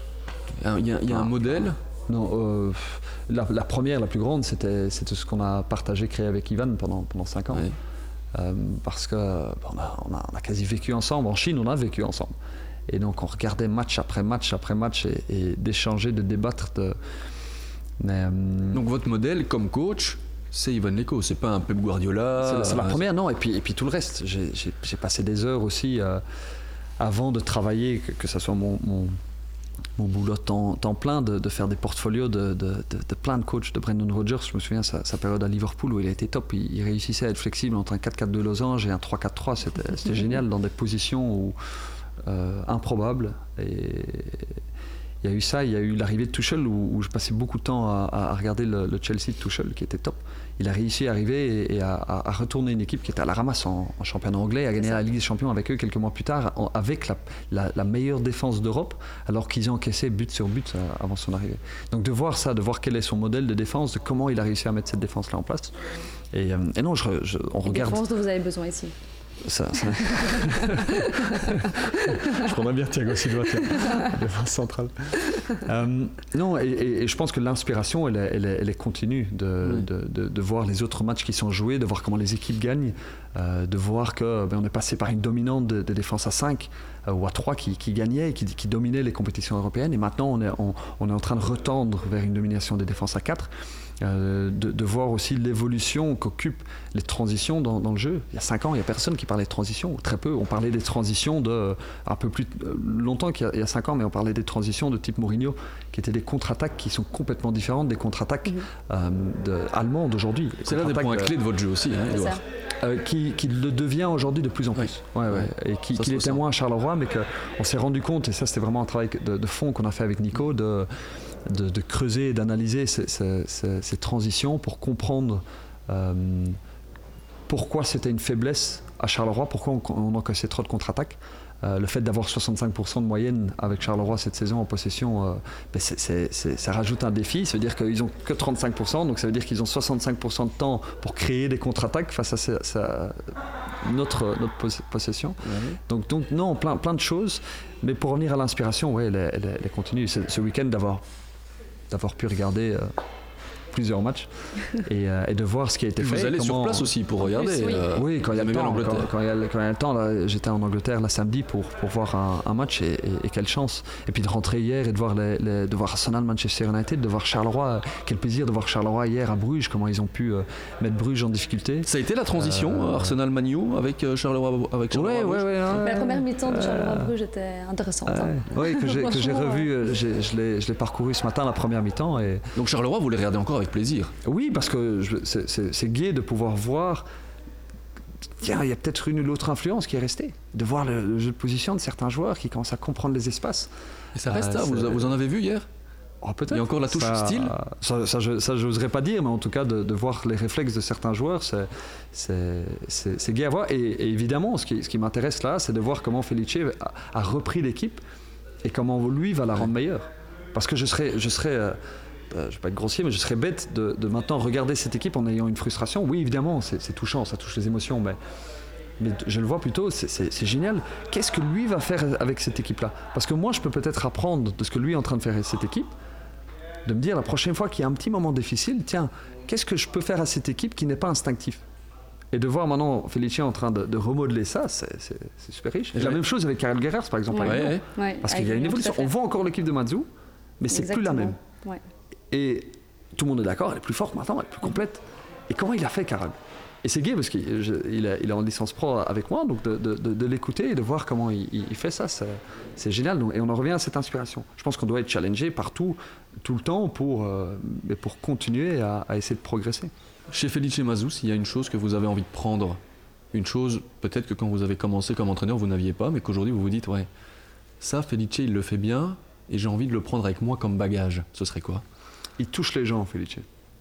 il y a, il y a ah, un modèle ? Non, euh, la, la première, la plus grande, c'était, c'était ce qu'on a partagé, créé avec Ivan pendant, pendant cinq ans. Oui. Euh, parce qu'on bon, on a, on a quasi vécu ensemble, en Chine on a vécu ensemble et donc on regardait match après match après match et, et d'échanger, de débattre de... Mais, euh... donc votre modèle comme coach c'est Ivan Leko, c'est pas un Pep Guardiola. C'est, la, c'est la un... première, non. Et puis, et puis tout le reste. J'ai, j'ai, j'ai passé des heures aussi euh, avant de travailler, que, que ce soit mon, mon, mon boulot temps, temps plein, de, de faire des portfolios de, de, de, de plein de coachs, de Brendan Rodgers. Je me souviens sa, sa période à Liverpool où il a été top. Il, il réussissait à être flexible entre un quatre quatre deux losange et un trois quatre trois. C'était, c'était génial dans des positions où, euh, improbables. Et il y a eu ça, il y a eu l'arrivée de Tuchel où, où je passais beaucoup de temps à, à regarder le, le Chelsea de Tuchel qui était top. Il a réussi à arriver et, et à, à, à retourner une équipe qui était à la ramasse en, en championnat anglais, à gagner la Ligue des Champions avec eux quelques mois plus tard, en, avec la, la, la meilleure défense d'Europe, alors qu'ils ont encaissé but sur but avant son arrivée. Donc de voir ça, de voir quel est son modèle de défense, de comment il a réussi à mettre cette défense-là en place. Et, euh, et non, je, je, on Une regarde... défense dont vous avez besoin ici. Ça, ça... je prendrais bien Thiago Silva, la défense centrale. Euh, non, et, et, et je pense que l'inspiration, elle est, elle est, elle est continue de, oui. de, de, de voir les autres matchs qui sont joués, de voir comment les équipes gagnent, euh, de voir qu'on ben, est passé par une dominante de, de défense à cinq euh, ou à trois qui, qui gagnait, qui, qui dominait les compétitions européennes, et maintenant on est, on, on est en train de retendre vers une domination des défenses à quatre. Euh, de, de voir aussi l'évolution qu'occupent les transitions dans, dans le jeu. Il y a cinq ans, il n'y a personne qui parlait de transition, ou très peu. On parlait des transitions de, un peu plus longtemps qu'il y a, il y a cinq ans, mais on parlait des transitions de type Mourinho, qui étaient des contre-attaques qui sont complètement différentes des contre-attaques mmh. euh, de, allemandes d'aujourd'hui. C'est l'un des points clés de votre jeu aussi, hein, Edouard. Euh, qui, qui le devient aujourd'hui de plus en plus. Oui. Ouais, ouais. Et qui, qui l'était moins à Charleroi, mais qu'on s'est rendu compte, et ça c'était vraiment un travail de, de fond qu'on a fait avec Nico, de, de, de creuser et d'analyser ces, ces, ces, ces transitions pour comprendre euh, pourquoi c'était une faiblesse à Charleroi, pourquoi on, on encaissait trop de contre-attaques. Euh, le fait d'avoir soixante-cinq pour cent de moyenne avec Charleroi cette saison en possession, euh, ben c'est, c'est, c'est, ça rajoute un défi. Ça veut dire qu'ils n'ont que trente-cinq pour cent, donc ça veut dire qu'ils ont soixante-cinq pour cent de temps pour créer des contre-attaques face à sa, sa, notre, notre possession. Mmh. Donc, donc non, plein, plein de choses. Mais pour revenir à l'inspiration, ouais, elle, est, elle, est, elle est continue. C'est, ce week-end, d'avoir, d'avoir pu regarder... Euh, plusieurs matchs et, euh, et de voir ce qui a été vous fait. Vous allez comment... sur place aussi pour regarder. Oui, euh, oui quand il y a le temps. Quand, quand, il y a, quand il y a le temps, là, j'étais en Angleterre là samedi pour, pour voir un, un match et, et, et quelle chance. Et puis de rentrer hier et de voir, les, les, de voir Arsenal, Manchester United, de voir Charleroi. Quel plaisir de voir Charleroi hier à Bruges, comment ils ont pu euh, mettre Bruges en difficulté. Ça a été la transition euh... Arsenal-Man U avec Charleroi avec Charleroi. Ouais, ouais, ouais, ouais, la première mi-temps de Charleroi-Bruges était intéressante. Euh, hein. Oui, que j'ai, que j'ai revu. J'ai, je, l'ai, je l'ai parcouru ce matin la première mi-temps. Et... Donc Charleroi, vous les regardez encore avec plaisir. Oui. Oui, parce que je, c'est, c'est, c'est gai de pouvoir voir, tiens, il y a peut-être une ou l'autre influence qui est restée, de voir le, le jeu de position de certains joueurs qui commencent à comprendre les espaces. Et ça reste là, euh, vous, vous en avez vu hier ? Oh, peut-être. Il y a encore la touche ça, style Ça, ça, ça, ça je n'oserais pas dire, mais en tout cas, de, de voir les réflexes de certains joueurs, c'est, c'est, c'est, c'est gai à voir. Et, et évidemment, ce qui, ce qui m'intéresse là, c'est de voir comment Felice a, a repris l'équipe et comment lui va la rendre meilleure. Parce que je serais... Je serais euh, je ne vais pas être grossier, mais je serais bête de, de maintenant regarder cette équipe en ayant une frustration. Oui, évidemment, c'est, c'est touchant, ça touche les émotions, mais, mais je le vois plutôt, c'est, c'est, c'est génial. Qu'est-ce que lui va faire avec cette équipe-là ? Parce que moi, je peux peut-être apprendre de ce que lui est en train de faire avec cette équipe, de me dire la prochaine fois qu'il y a un petit moment difficile, tiens, qu'est-ce que je peux faire à cette équipe qui n'est pas instinctif ? Et de voir maintenant Felice en train de, de remodeler ça, c'est, c'est, c'est super riche. Et ouais. La même chose avec Karel Gerrers, par exemple. Ouais, par ouais. Ouais. Parce qu'il y a une évolution. On voit encore l'équipe de Matsu, mais c'est Exactement. Plus la même. Ouais. Et tout le monde est d'accord, elle est plus forte maintenant, elle est plus complète. Et comment il a fait, Karel ? Et c'est gai parce qu'il je, il est, il est en licence pro avec moi, donc de, de, de, de l'écouter et de voir comment il, il fait ça, c'est, c'est génial. Donc, et on en revient à cette inspiration. Je pense qu'on doit être challengé partout, tout le temps, pour, euh, pour continuer à, à essayer de progresser. Chez Felice Mazous, il y a une chose que vous avez envie de prendre. Une chose, peut-être que quand vous avez commencé comme entraîneur, vous n'aviez pas, mais qu'aujourd'hui vous vous dites, ouais, ça, Felice, il le fait bien, et j'ai envie de le prendre avec moi comme bagage. Ce serait quoi ? Il touche les gens, Felice.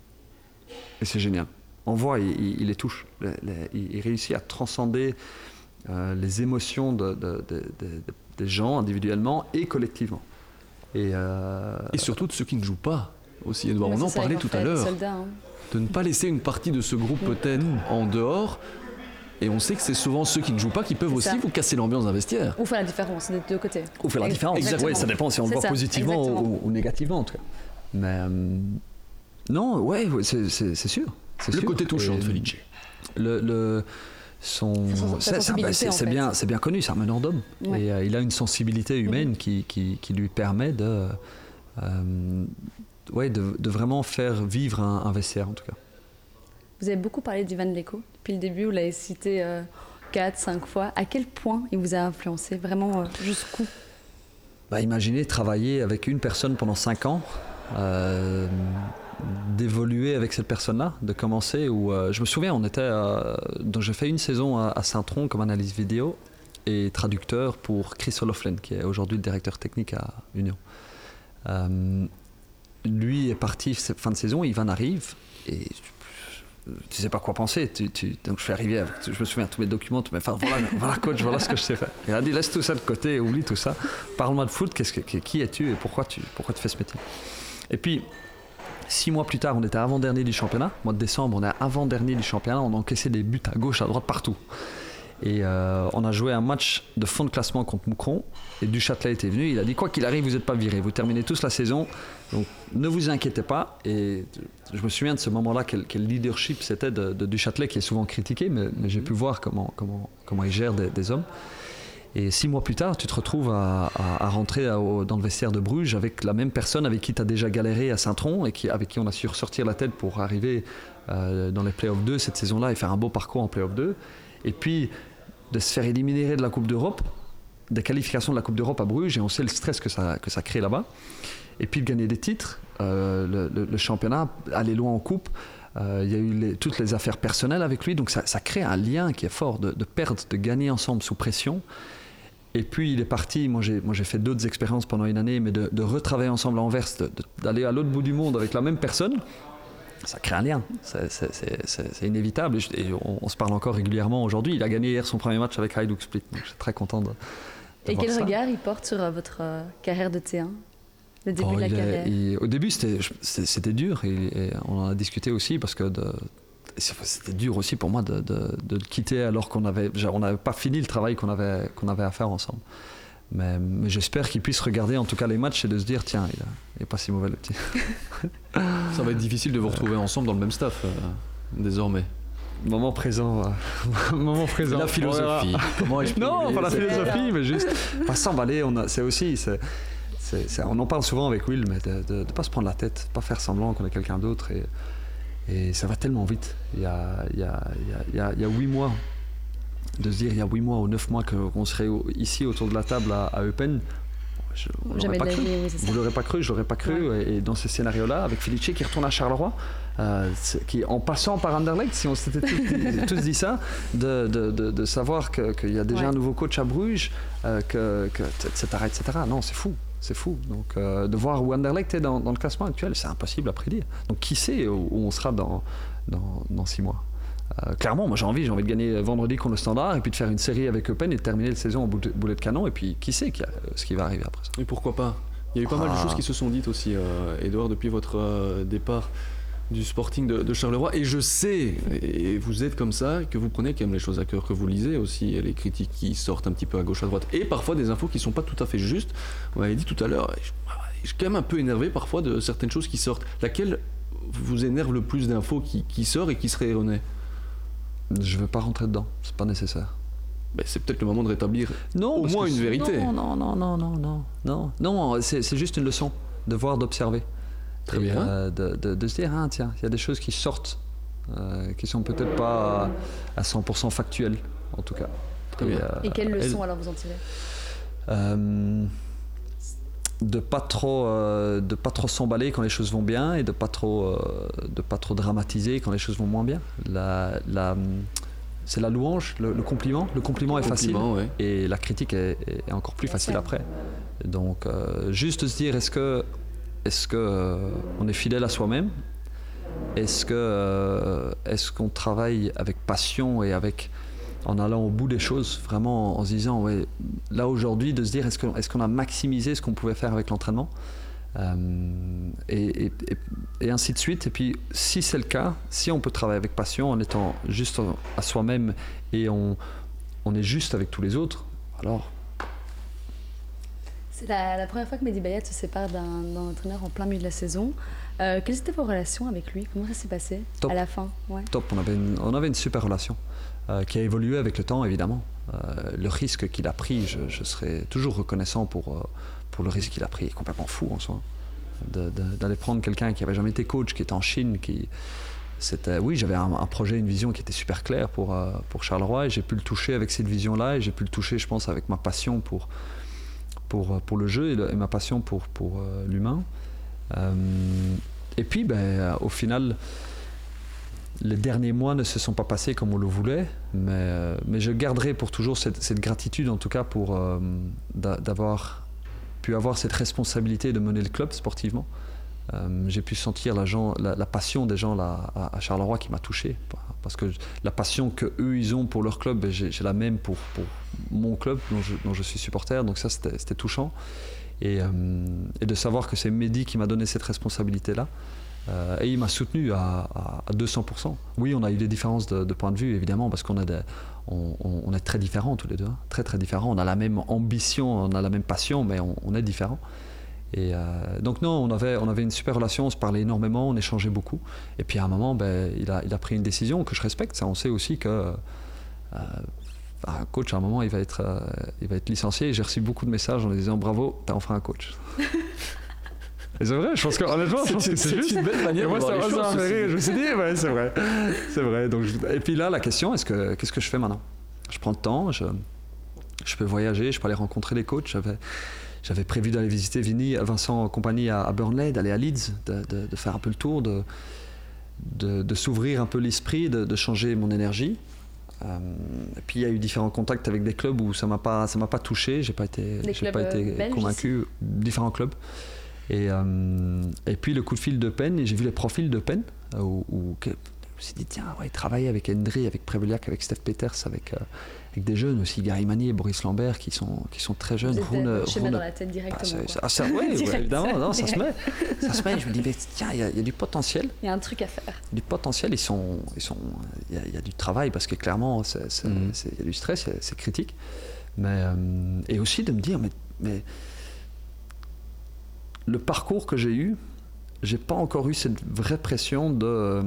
Et c'est génial. On voit, il, il, il les touche. Les, les, il, il réussit à transcender euh, les émotions de, de, de, de, de, des gens individuellement et collectivement. Et, euh... et surtout de ceux qui ne jouent pas aussi, Edouard. On en parlait tout à l'heure. Soldats, hein. De ne pas laisser une partie de ce groupe mmh. peut-être mmh. en dehors. Et on sait que c'est souvent ceux qui ne jouent pas qui peuvent c'est aussi ça. Vous casser l'ambiance d'un vestiaire. Ou faire la différence des deux côtés. Ou faire la différence. Exactement. Ouais, ça dépend si on c'est le voit ça. Positivement ou, ou négativement en tout cas. Mais euh, non, ouais, c'est, c'est, c'est sûr. C'est le sûr. côté touchant de Felice. Le, le, son, c'est, c'est, bah, c'est, c'est, bien, c'est bien connu, c'est un meneur d'hommes. Ouais. Et euh, il a une sensibilité humaine mmh. qui, qui, qui lui permet de, euh, ouais, de, de vraiment faire vivre un, un vestiaire en tout cas. Vous avez beaucoup parlé d'Ivan Leko depuis le début, vous l'avez cité euh, quatre, cinq fois. À quel point il vous a influencé, vraiment euh, jusqu'où? Bah, imaginez travailler avec une personne pendant cinq ans, euh, d'évoluer avec cette personne-là, de commencer. Où, euh, je me souviens, on était, euh, donc j'ai fait une saison à, à Saint-Tron comme analyse vidéo et traducteur pour Chris O'Loughlin, qui est aujourd'hui le directeur technique à Union. Euh, lui est parti fin de saison, Ivan arrive et tu sais pas quoi penser. Tu, tu, donc je suis arrivé avec, je me souviens de tous mes documents, mais enfin voilà, voilà coach, voilà ce que je sais faire. Il a dit laisse tout ça de côté, oublie tout ça, parle-moi de foot, qu'est-ce que, qui es-tu et pourquoi tu, pourquoi tu fais ce métier. Et puis six mois plus tard, on était avant-dernier du championnat, mois de décembre, on est avant-dernier du championnat, on a encaissé des buts à gauche, à droite, partout. Et euh, on a joué un match de fond de classement contre Moucron et Duchâtelet était venu, il a dit quoi qu'il arrive vous n'êtes pas virés, vous terminez tous la saison, donc ne vous inquiétez pas. Et je me souviens de ce moment-là, quel, quel leadership c'était de, de Duchâtelet, qui est souvent critiqué, mais, mais j'ai pu voir comment, comment, comment il gère des, des hommes. Et six mois plus tard, tu te retrouves à, à, à rentrer à, au, dans le vestiaire de Bruges avec la même personne avec qui tu as déjà galéré à Saint-Tron et qui, avec qui on a su ressortir la tête pour arriver euh, dans les play-offs deux cette saison-là et faire un beau parcours en play-off deux. Et puis de se faire éliminer de la Coupe d'Europe, des qualifications de la Coupe d'Europe à Bruges, et on sait le stress que ça, que ça crée là-bas. Et puis de gagner des titres, euh, le, le, le championnat, aller loin en Coupe. Il euh, y a eu les, toutes les affaires personnelles avec lui, donc ça, ça crée un lien qui est fort, de, de perdre, de gagner ensemble sous pression. Et puis il est parti, moi j'ai, moi j'ai fait d'autres expériences pendant une année, mais de, de retravailler ensemble à Anvers, de, de, d'aller à l'autre bout du monde avec la même personne, ça crée un lien, c'est, c'est, c'est, c'est, c'est inévitable. Et, je, et on, on se parle encore régulièrement aujourd'hui. Il a gagné hier son premier match avec Hajduk Split, donc je suis très content de, de Et voir quel ça. regard il porte sur euh, votre euh, carrière de T un, le début Oh, de la il est- carrière? il- Au début c'était, c'était, c'était dur, et, et on en a discuté aussi parce que de, c'était dur aussi pour moi de, de, de le quitter alors qu'on avait, on n'avait pas fini le travail qu'on avait, qu'on avait à faire ensemble. Mais, mais j'espère qu'il puisse regarder en tout cas les matchs et de se dire tiens, il n'est pas si mauvais le petit. Ça va être difficile de vous retrouver ensemble dans le même staff, euh, désormais. Moment présent. euh, moment présent. La philosophie. Comment expliquer Non, pas la ça philosophie, mais juste pas s'emballer. On a, c'est aussi, c'est, c'est, c'est- on en parle souvent avec Will, mais de ne pas se prendre la tête, pas faire semblant qu'on est quelqu'un d'autre. Et, et ça va tellement vite. Il y a, il y a, il y a, il y a, il y a huit mois, de se dire il y a huit mois ou neuf mois que- qu'on serait au- ici autour de la table à, à Eupen. Je, on Jamais l'aurait pas de la cru. vie, oui, c'est ça. Vous l'aurez pas cru, je l'aurais pas cru. Ouais. Et, et dans ce scénario-là, avec Felice qui retourne à Charleroi, euh, c'est- qui en passant par Anderlecht, si on s'était tous, dit- tous dit ça, de, de, de, de savoir que- qu'il y a déjà Ouais. un nouveau coach à Bruges, euh, que, que, et cetera, et cetera. Non, c'est fou. C'est fou. Donc, euh, de voir où Anderlecht est dans, dans le classement actuel, c'est impossible à prédire. Donc, qui sait où, où on sera dans, dans, dans six mois. Euh, clairement, moi j'ai envie, j'ai envie de gagner vendredi contre le Standard et puis de faire une série avec Eupen et de terminer la saison en boulet boulet de canon. Et puis, qui sait qui a- ce qui va arriver après ça. Et pourquoi pas? Il y a eu pas mal de Ah. choses qui se sont dites aussi, euh, Edouard, depuis votre euh, départ du Sporting de, de Charleroi. Et je sais, et vous êtes comme ça, que vous prenez quand même les choses à cœur, que vous lisez aussi les critiques qui sortent un petit peu à gauche, à droite, et parfois des infos qui sont pas tout à fait justes. On m'avait dit tout à l'heure, je, je suis quand même un peu énervé parfois de certaines choses qui sortent. Laquelle vous énerve le plus d'infos qui, qui sort et qui serait erronée? Je ne veux pas rentrer dedans, c'est pas nécessaire. Ben, c'est peut-être le moment de rétablir Non, au parce moins que une c'est- vérité. Non, non, non, non, non, non, non, non, c'est, c'est juste une leçon de voir, d'observer. Très Et, bien. euh, de, de, de se dire, ah, tiens, il y a des choses qui sortent, euh, qui sont peut-être pas à, à cent pour cent factuelles, en tout cas. Très bien. euh, Et quelle leçon elle- alors vous en tirez? euh, de pas trop euh, de pas trop s'emballer quand les choses vont bien et de pas trop euh, de pas trop dramatiser quand les choses vont moins bien. La, la, c'est la louange, le, le compliment. Le compliment est facile Compliment, ouais. et la critique est, est encore plus Bien facile sûr. après. Donc euh, juste se dire est-ce que est-ce que euh, on est fidèle à soi-même? Est-ce que euh, est-ce qu'on travaille avec passion et avec en allant au bout des choses, vraiment en se disant, ouais, là aujourd'hui, de se dire, est-ce qu'on, est-ce qu'on a maximisé ce qu'on pouvait faire avec l'entraînement euh, et, et, et, et ainsi de suite. Et puis, si c'est le cas, si on peut travailler avec passion en étant juste à soi-même et on, on est juste avec tous les autres, alors... C'est la, la première fois que Mehdi Bayat se sépare d'un, d'un entraîneur en plein milieu de la saison. Euh, quelles étaient vos relations avec lui? Comment ça s'est passé Top. à la fin? Ouais. Top, on avait une, on avait une super relation euh, qui a évolué avec le temps, évidemment. Euh, le risque qu'il a pris, je, je serai toujours reconnaissant pour, euh, pour le risque qu'il a pris. Il est complètement fou en soi. De, de, d'aller prendre quelqu'un qui n'avait jamais été coach, qui est en Chine, qui... c'était, oui, j'avais un, un projet, une vision qui était super claire pour, euh, pour Charleroi et j'ai pu le toucher avec cette vision-là et j'ai pu le toucher, je pense, avec ma passion pour, pour, pour le jeu et, le, et ma passion pour, pour euh, l'humain. Euh, et puis, ben, au final, les derniers mois ne se sont pas passés comme on le voulait, mais, euh, mais je garderai pour toujours cette, cette gratitude, en tout cas, pour euh, d'avoir pu avoir cette responsabilité de mener le club sportivement. Euh, j'ai pu sentir la, gens, la, la passion des gens là, à, à Charleroi qui m'a touché, parce que la passion qu'eux ils ont pour leur club, j'ai, j'ai la même pour, pour mon club dont je, dont je suis supporter, donc ça c'était, c'était touchant. Et, euh, et de savoir que c'est Mehdi qui m'a donné cette responsabilité-là. Euh, et il m'a soutenu à, à, à deux cents pour cent. Oui, on a eu des différences de, de point de vue, évidemment, parce qu'on a des, on, on est très différents tous les deux, hein, très très différents. On a la même ambition, on a la même passion, mais on, on est différents. Et euh, donc non, on avait, on avait une super relation, on se parlait énormément, on échangeait beaucoup. Et puis à un moment, ben, il, a, il a pris une décision que je respecte. Ça, on sait aussi que euh, un coach, à un moment, il va être, euh, il va être licencié. Et j'ai reçu beaucoup de messages en me disant bravo, t'as enfin un coach. Et c'est vrai, je pense que honnêtement, je pense que c'est, c'est juste une belle manière. Moi, ça m'a fait rire. Je me suis dit, ouais, c'est vrai, c'est vrai. Donc, je... et puis là, la question, est-ce que, qu'est-ce que je fais maintenant ? Je prends le temps, je, je peux voyager, je peux aller rencontrer les coachs. J'avais, j'avais prévu d'aller visiter Vinny, Vincent compagnie à, à Burnley, d'aller à Leeds, de, de, de faire un peu le tour, de, de, de s'ouvrir un peu l'esprit, de, de changer mon énergie. Euh, et puis il y a eu différents contacts avec des clubs où ça m'a pas, ça m'a pas touché, j'ai pas été, j'ai pas été convaincu. Différents clubs. Et, euh, et puis le coup de fil de Penn, et j'ai vu les profils de Penn, où, où je me suis dit, tiens, ouais, travailler avec Hendry, avec Preveliac, avec Steph Peters, avec, euh, avec des jeunes aussi, Gary Manier et Boris Lambert, qui sont, qui sont très jeunes. Vous êtes schéma dans la tête directement. Ah, ça, ouais, ouais, évidemment, non, ça se met. Ça se met, je me dis, mais tiens, il y, y a du potentiel. Il y a un truc à faire. Du potentiel, ils sont, ils sont, il y, y a du travail, parce que clairement, il mm. y a du stress, c'est, c'est critique. Mais, euh, et aussi de me dire, mais... mais le parcours que j'ai eu, j'ai pas encore eu cette vraie pression de... Euh,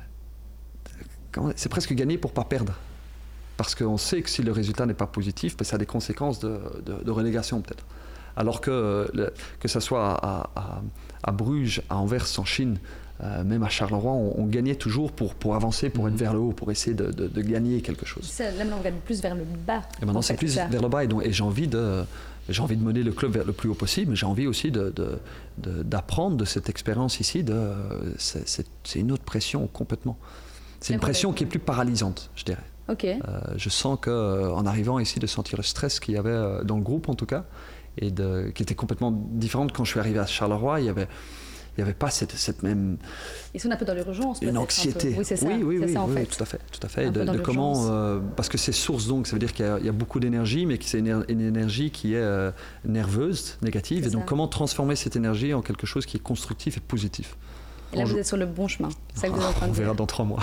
comment, c'est presque gagner pour pas perdre. Parce qu'on sait que si le résultat n'est pas positif, ben ça a des conséquences de, de, de relégation peut-être. Alors que, le, que ça soit à, à, à Bruges, à Anvers, en Chine, euh, même à Charleroi, on, on gagnait toujours pour, pour avancer, pour mmh. être vers le haut, pour essayer de, de, de gagner quelque chose. Ça, là, on gagne plus vers le bas. Et maintenant, c'est fait, plus c'est vers le bas. Et, donc, et j'ai envie de... J'ai envie de mener le club vers le plus haut possible, mais j'ai envie aussi de, de, de, d'apprendre de cette expérience ici. De, c'est, c'est, c'est une autre pression complètement. C'est une pression qui est plus paralysante, je dirais. Okay. Euh, je sens qu'en arrivant ici, de sentir le stress qu'il y avait dans le groupe en tout cas, et de, qui était complètement différente quand je suis arrivé à Charleroi. Il y avait... Il n'y avait pas cette, cette même... Ils sont un peu dans l'urgence, peut-être. Une anxiété. Oui, c'est ça. Oui, oui, c'est oui, ça, en oui, fait. tout à fait. Tout à fait. De, de comment, euh, parce que c'est source donc, ça veut dire qu'il y a, il y a beaucoup d'énergie, mais que c'est une, une énergie qui est euh, nerveuse, négative. C'est et donc, ça. Comment transformer cette énergie en quelque chose qui est constructif et positif. Et là, vous êtes sur le bon chemin. C'est ça que vous êtes en train de On dire. verra dans trois mois.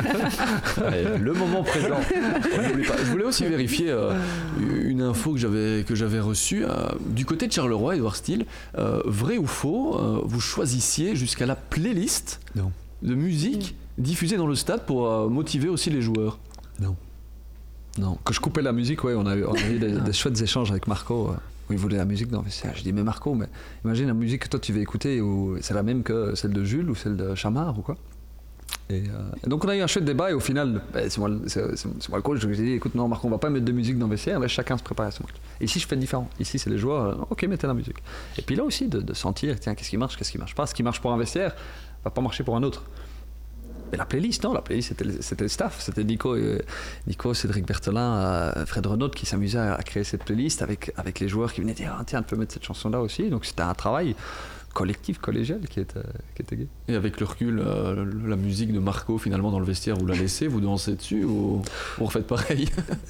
Allez, le moment présent. Je voulais aussi vérifier euh, une info que j'avais, que j'avais reçue. Euh, du côté de Charleroi, Edouard Steele, euh, vrai ou faux, euh, vous choisissiez jusqu'à la playlist non. de musique mmh. diffusée dans le stade pour euh, motiver aussi les joueurs? Non. Non. Quand je coupais la musique, ouais, on a eu, on a eu des, des chouettes échanges avec Marco. Euh. Il voulait la musique dans le vestiaire. Je dis, mais Marco, mais imagine la musique que toi tu vas écouter, ou c'est la même que celle de Jules ou celle de Chamard ou quoi. Et, euh, et donc on a eu un chouette débat et au final, bah, c'est, moi, c'est, c'est, c'est moi le coach. Je lui ai dit, écoute, non Marco, on va pas mettre de musique dans le vestiaire, là chacun se prépare à son match. Et ici je fais différent. Ici c'est les joueurs, euh, ok, mettez la musique. Et puis là aussi de, de sentir, tiens, qu'est-ce qui marche, qu'est-ce qui marche pas. Ce qui marche pour un vestiaire va pas marcher pour un autre. Mais la playlist, non, la playlist, c'était, c'était le staff. C'était Nico, euh, Nico Cédric Berthelin, euh, Fred Renaud qui s'amusaient à, à créer cette playlist avec, avec les joueurs qui venaient dire ah, tiens, on peut mettre cette chanson-là aussi. Donc c'était un travail collectif, collégial qui était, qui était gai. Et avec le recul, euh, la musique de Marco, finalement, dans le vestiaire, vous la laissez, vous dansez dessus ou vous refaites pareil?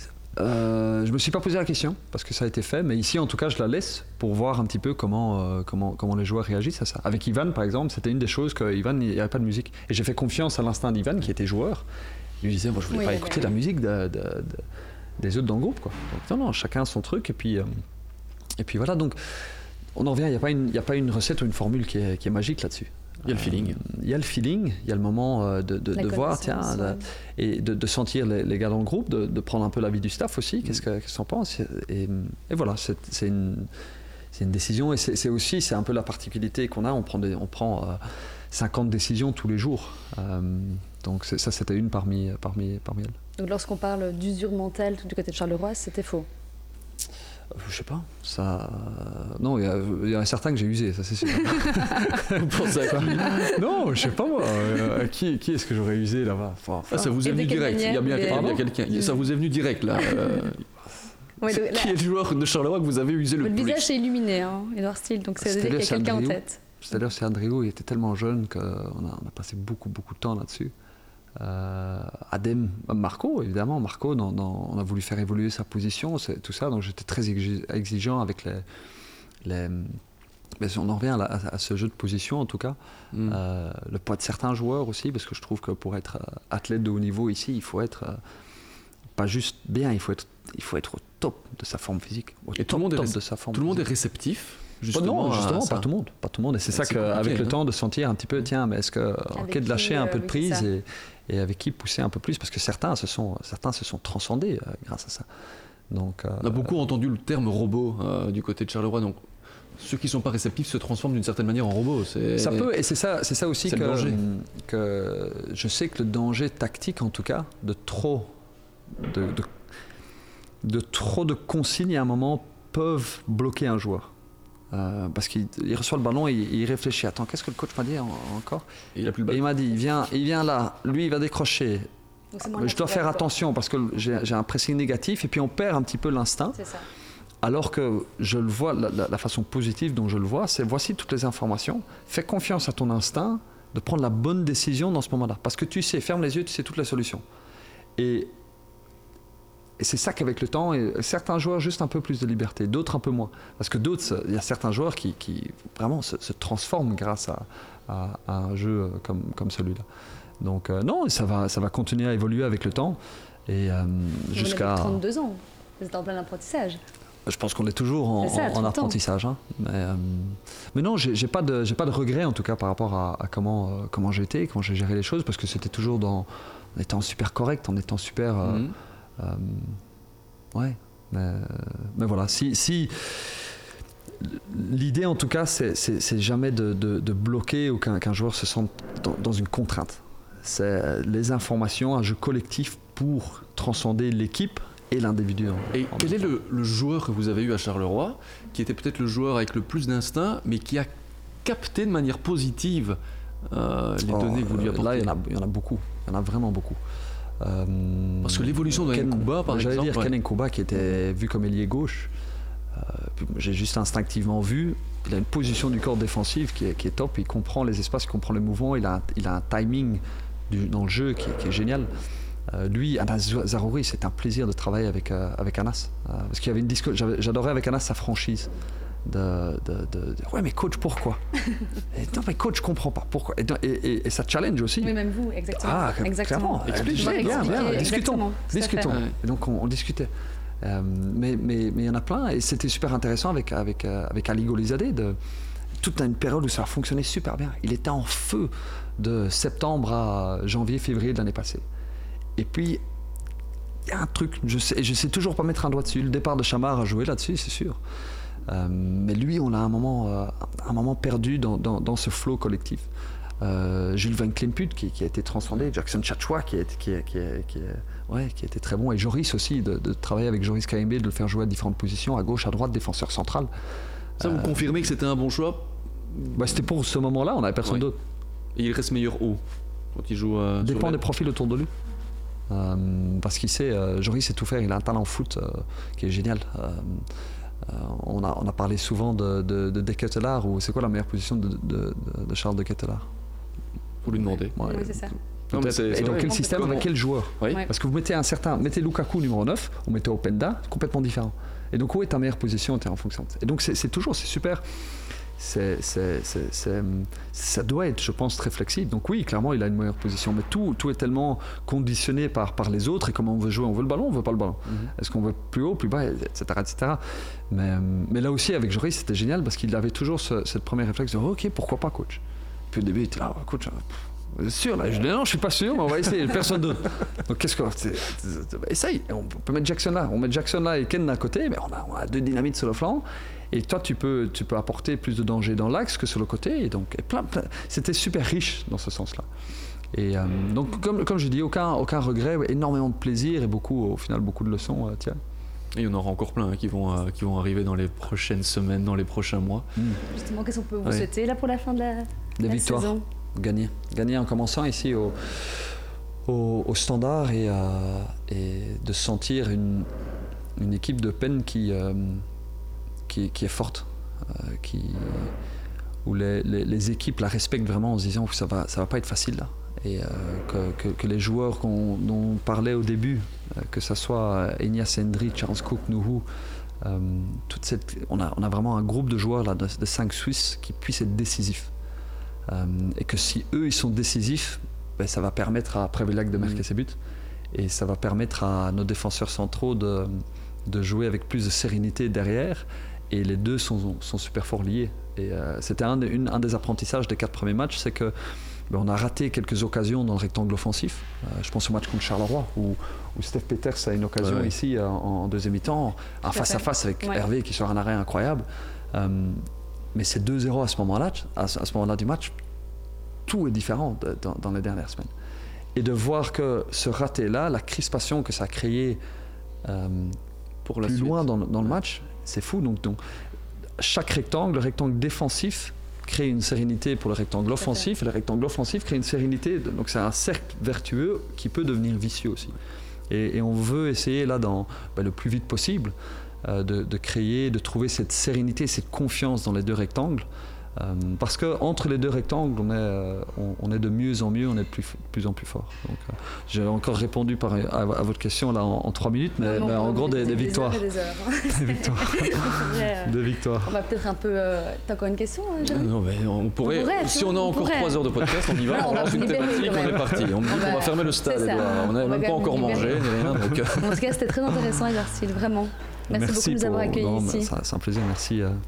Euh, je me suis pas posé la question parce que ça a été fait, mais ici en tout cas je la laisse pour voir un petit peu comment, euh, comment, comment les joueurs réagissent à ça. Avec Ivan par exemple, c'était une des choses que Ivan, il n'y avait pas de musique et j'ai fait confiance à l'instinct d'Ivan qui était joueur. Il lui disait moi je voulais oui, pas écouter la musique de, de, de, des autres dans le groupe quoi. Donc non non, chacun son truc et puis, euh, et puis voilà, donc on en revient, il n'y a pas une, il n'y a pas une recette ou une formule qui est, qui est magique là-dessus. Il y a le feeling. Euh, il y a le feeling, il y a le moment euh, de, de, de voir, tiens, ouais. de, et de, de sentir les, les gars dans le groupe, de, de prendre un peu l'avis du staff aussi, qu'est-ce, que, qu'est-ce qu'on pense. Et, et voilà, c'est, c'est, une, c'est une décision, et c'est, c'est aussi, c'est un peu la particularité qu'on a, on prend, des, on prend euh, cinquante décisions tous les jours. Euh, Donc c'est, ça, c'était une parmi, parmi, parmi elles. Donc lorsqu'on parle d'usure mentale du côté de Charleroi, c'était faux? Je sais pas, ça. Non, il y, y a certains que j'ai usé, ça c'est sûr. Pour ça, quoi. Non, je sais pas moi. Euh, qui, qui est-ce que j'aurais usé là-bas? Enfin, ah, ça vous est venu direct. Il y a bien, il y a bien quelqu'un. Ça vous est venu direct là. Euh... Ouais, donc, qui là, est le joueur de Charleroi que vous avez usé le votre plus? Votre visage est illuminé, hein, Edouard Steele, donc c'est qu'il y a quelqu'un en tête. C'est-à-dire c'est Andrigo, il était tellement jeune qu'on a, on a passé beaucoup beaucoup de temps là-dessus. Euh, Adem, Marco évidemment, Marco, dans, dans, on a voulu faire évoluer sa position, c'est, tout ça, donc j'étais très exigeant avec les, les mais on en revient à, à, à ce jeu de position en tout cas, mm. euh, le poids de certains joueurs aussi, parce que je trouve que pour être athlète de haut niveau ici, il faut être euh, pas juste bien, il faut être, il faut être au top de sa forme physique, au et top, tout le monde top est, de sa forme tout le monde physique. est réceptif. Justement, non, justement, pas tout le monde, pas tout le monde. Et c'est, c'est ça qu'avec le temps de sentir un petit peu, tiens, mais est-ce que, ok, de lâcher un peu de prise et, et avec qui pousser un peu plus, parce que certains se sont, certains se sont transcendés euh, grâce à ça. Donc, euh, on a beaucoup entendu le terme robot euh, du côté de Charleroi, donc ceux qui ne sont pas réceptifs se transforment d'une certaine manière en robots. C'est... Ça peut, et c'est ça, c'est ça aussi c'est que, que je sais que le danger tactique, en tout cas, de trop de, de, de trop de consignes à un moment peuvent bloquer un joueur. Euh, parce qu'il il reçoit le ballon et il, il réfléchit. Attends, qu'est-ce que le coach m'a dit en, encore et il, a plus le et il m'a dit, il vient, il vient là, lui il va décrocher. Donc, je dois faire attention parce que j'ai, j'ai un pressing négatif et puis on perd un petit peu l'instinct. C'est ça. Alors que je le vois, la, la, la façon positive dont je le vois, c'est voici toutes les informations. Fais confiance à ton instinct de prendre la bonne décision dans ce moment-là. Parce que tu sais, ferme les yeux, tu sais toutes les solutions. Et Et c'est ça qu'avec le temps, et certains joueurs juste un peu plus de liberté, d'autres un peu moins. Parce que d'autres, il y a certains joueurs qui, qui vraiment se, se transforment grâce à, à, à un jeu comme, comme celui-là. Donc euh, non, ça va, ça va continuer à évoluer avec le temps. Et, euh, jusqu'à... Vous avez trente-deux ans, vous êtes en plein apprentissage. Je pense qu'on est toujours en, ça, en, en apprentissage. Hein. Mais, euh, mais non, j'ai, j'ai pas de, j'ai pas de regrets en tout cas par rapport à, à comment, euh, comment j'ai été, comment j'ai géré les choses, parce que c'était toujours dans, en étant super correct, en étant super... Euh, mmh. Euh, ouais, mais, mais voilà. Si, si l'idée en tout cas, c'est, c'est, c'est jamais de, de, de bloquer ou qu'un, qu'un joueur se sente dans, dans une contrainte. C'est les informations, un jeu collectif pour transcender l'équipe et l'individu. Et en quel est le, le joueur que vous avez eu à Charleroi, qui était peut-être le joueur avec le plus d'instinct, mais qui a capté de manière positive euh, les oh, données que vous lui apportez? Là, il y en a, il y en a beaucoup. Il y en a vraiment beaucoup. Euh, Parce que l'évolution de Nkouba, par j'allais exemple... J'allais dire Ken Nkouba qui était vu comme ailier gauche. Euh, j'ai juste instinctivement vu. Il a une position du corps défensif qui est, qui est top. Il comprend les espaces, il comprend les mouvements. Il a un, il a un timing du, dans le jeu qui, qui est génial. Euh, lui, Anas Zaroury, c'est un plaisir de travailler avec, euh, avec Anas. Euh, parce qu'il y avait une disco... J'adorais avec Anas sa franchise. De, de, de, de ouais mais coach pourquoi et, non mais coach je comprends pas pourquoi et, et, et ça challenge aussi. Oui, même vous exactement. Ah exactement. Expliquez, bien, bien, discutons discutons et donc on, on discutait euh, mais mais mais il y en a plein et c'était super intéressant avec avec euh, avec Ali Golizadeh de toute une période où ça a fonctionné super bien. Il était en feu de septembre à janvier février de l'année passée et puis il y a un truc je sais je sais toujours pas mettre un doigt dessus. Le départ de Chamard a joué là-dessus, c'est sûr. Euh, mais lui, on a un moment, euh, un moment perdu dans, dans, dans ce flow collectif. Euh, Jules Van Klemput qui, qui a été transcendé, Jackson Tchatchoua qui, est, qui, est, qui, est, qui, est, ouais, qui a été très bon, et Joris aussi, de, de travailler avec Joris Kaembe, de le faire jouer à différentes positions, à gauche, à droite, défenseur central. Ça, vous euh, confirmez que c'était un bon choix? Bah, c'était pour ce moment-là, on n'avait personne ouais. d'autre. Et il reste meilleur où quand il joue euh, Dépend des profils autour de lui. Euh, parce qu'il sait, euh, Joris sait tout faire, il a un talent foot euh, qui est génial. Euh, Euh, on, a, on a parlé souvent de, de, de De Ketelaar, ou c'est quoi la meilleure position de, de, de Charles De Ketelaar? Vous lui demandez. Ouais, oui, c'est ça. Non, mais c'est, et dans quel système, avec quel joueur? Oui. Parce que vous mettez un certain, mettez Lukaku numéro neuf, ou mettez Openda, complètement différent. Et donc où est ta meilleure position en fonction? Et donc c'est, c'est toujours, c'est super. C'est, c'est, c'est, c'est, ça doit être, je pense, très flexible. Donc oui, clairement, il a une meilleure position. Mais tout, tout est tellement conditionné par, par les autres. Et comment on veut jouer? On veut le ballon, on veut pas le ballon. Mm-hmm. Est-ce qu'on veut plus haut, plus bas, et cetera, et cetera. Mais, mais là aussi, avec Joris, c'était génial parce qu'il avait toujours ce, cette première réflexe de oh, ok, pourquoi pas, coach? Puis au début, il était là, oh, coach. Pff, sûr là, je dis non, je suis pas sûr, mais on va essayer. Personne d'autre. Donc qu'est-ce qu'on c'est, c'est, c'est, essaye. On peut mettre Jackson là. On met Jackson là et Ken d'un côté, mais on a, on a deux dynamites sur le flanc. Et toi, tu peux, tu peux apporter plus de danger dans l'axe que sur le côté. Et donc, et plein, plein, c'était super riche dans ce sens-là. Et euh, donc, comme, comme je dis, aucun, aucun regret, énormément de plaisir et beaucoup, au final, beaucoup de leçons. Euh, tiens. Et il y en aura encore plein hein, qui, vont, euh, qui vont arriver dans les prochaines semaines, dans les prochains mois. Mmh. Justement, qu'est-ce qu'on peut vous ouais. souhaiter là pour la fin de la, Des la victoires. saison? Gagner. Gagner en commençant ici au, au, au Standard et, euh, et de sentir une, une équipe de Penn qui, euh, qui, qui est forte, euh, qui, où les, les, les équipes la respectent vraiment en se disant que ça va, ça va pas être facile là. Et euh, que, que, que les joueurs qu'on, dont on parlait au début, euh, que ce soit Enias Hendry, Charles Cook, Nuhu, euh, toute cette, on, a, on a vraiment un groupe de joueurs là, de, de cinq Suisses qui puissent être décisifs. Euh, et que si eux ils sont décisifs, ben, ça va permettre à Prevelac de marquer mmh. ses buts et ça va permettre à nos défenseurs centraux de, de jouer avec plus de sérénité derrière, et les deux sont, sont super fort liés. Et euh, c'était un, de, une, un des apprentissages des quatre premiers matchs, c'est que ben, on a raté quelques occasions dans le rectangle offensif. Euh, je pense au match contre Charleroi où, où Steph Peters a une occasion ouais, ouais. ici en, en deuxième mi-temps, en face à face avec ouais. Hervé qui sort un arrêt incroyable. Euh, mais c'est deux zéro à ce moment-là, à ce, à ce moment-là du match, tout est différent de, dans, dans les dernières semaines. Et de voir que ce raté-là, la crispation que ça a créé euh, pour plus loin dans, dans le match, c'est fou. Donc, donc chaque rectangle, le rectangle défensif crée une sérénité pour le rectangle offensif, et le rectangle offensif crée une sérénité. Donc c'est un cercle vertueux qui peut devenir vicieux aussi. Et, et on veut essayer là, dans, ben, le plus vite possible, euh, de, de créer, de trouver cette sérénité, cette confiance dans les deux rectangles. Euh, parce qu'entre les deux rectangles, on est, euh, on, on est de mieux en mieux, on est de plus, de plus en plus fort. Donc, euh, j'ai encore répondu par, à, à votre question là, en, en trois minutes, mais, non, mais en gros, des, des, des victoires. Des, heures et des, heures. des victoires. Vrai, euh, des victoires. On va peut-être un peu. Euh, t'as encore une question, hein, Jérémy ? Non, mais on pourrait. On pourrait si on a on encore trois heures de podcast, on y va. Non, on lance une thématique, on est parti. On me dit qu'on va fermer le stade. On n'a même pas encore mangé, ni rien. Donc... En tout cas, c'était très intéressant, Edouard, vraiment. Merci, merci beaucoup de nous avoir accueillis non, ici. C'est un plaisir, merci. Euh...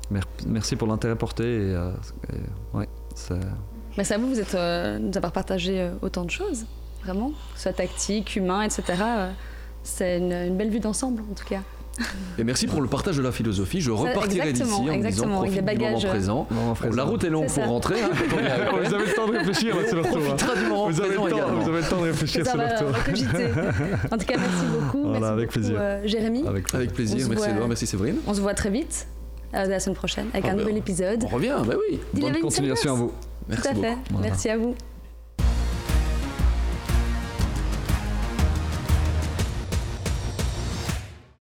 Merci pour l'intérêt porté. Et, euh, et, ouais, c'est... Merci à vous, vous êtes, euh, nous avoir partagé euh, autant de choses, vraiment, soit tactique, humain, et cetera. Euh, c'est une, une belle vue d'ensemble, en tout cas. Et merci pour le partage de la philosophie. Je repartirai d'ici en me disant profite du moment présent. Moment présent. La route est longue pour rentrer. Hein, vous avez le temps de réfléchir là, sur le retour. Profitera du moment vous présent avez également. Vous avez le temps de réfléchir ça sur va, le retour. En tout cas, merci beaucoup. Voilà, merci avec beaucoup, plaisir. Euh, Jérémy. Avec plaisir. Avec plaisir. Merci Edouard, merci Séverine. On se voit très vite. À la semaine prochaine avec ah un ben, nouvel épisode. On revient, bah oui. Bonne continuation à vous. Merci Tout à fait. beaucoup. Merci voilà. à vous.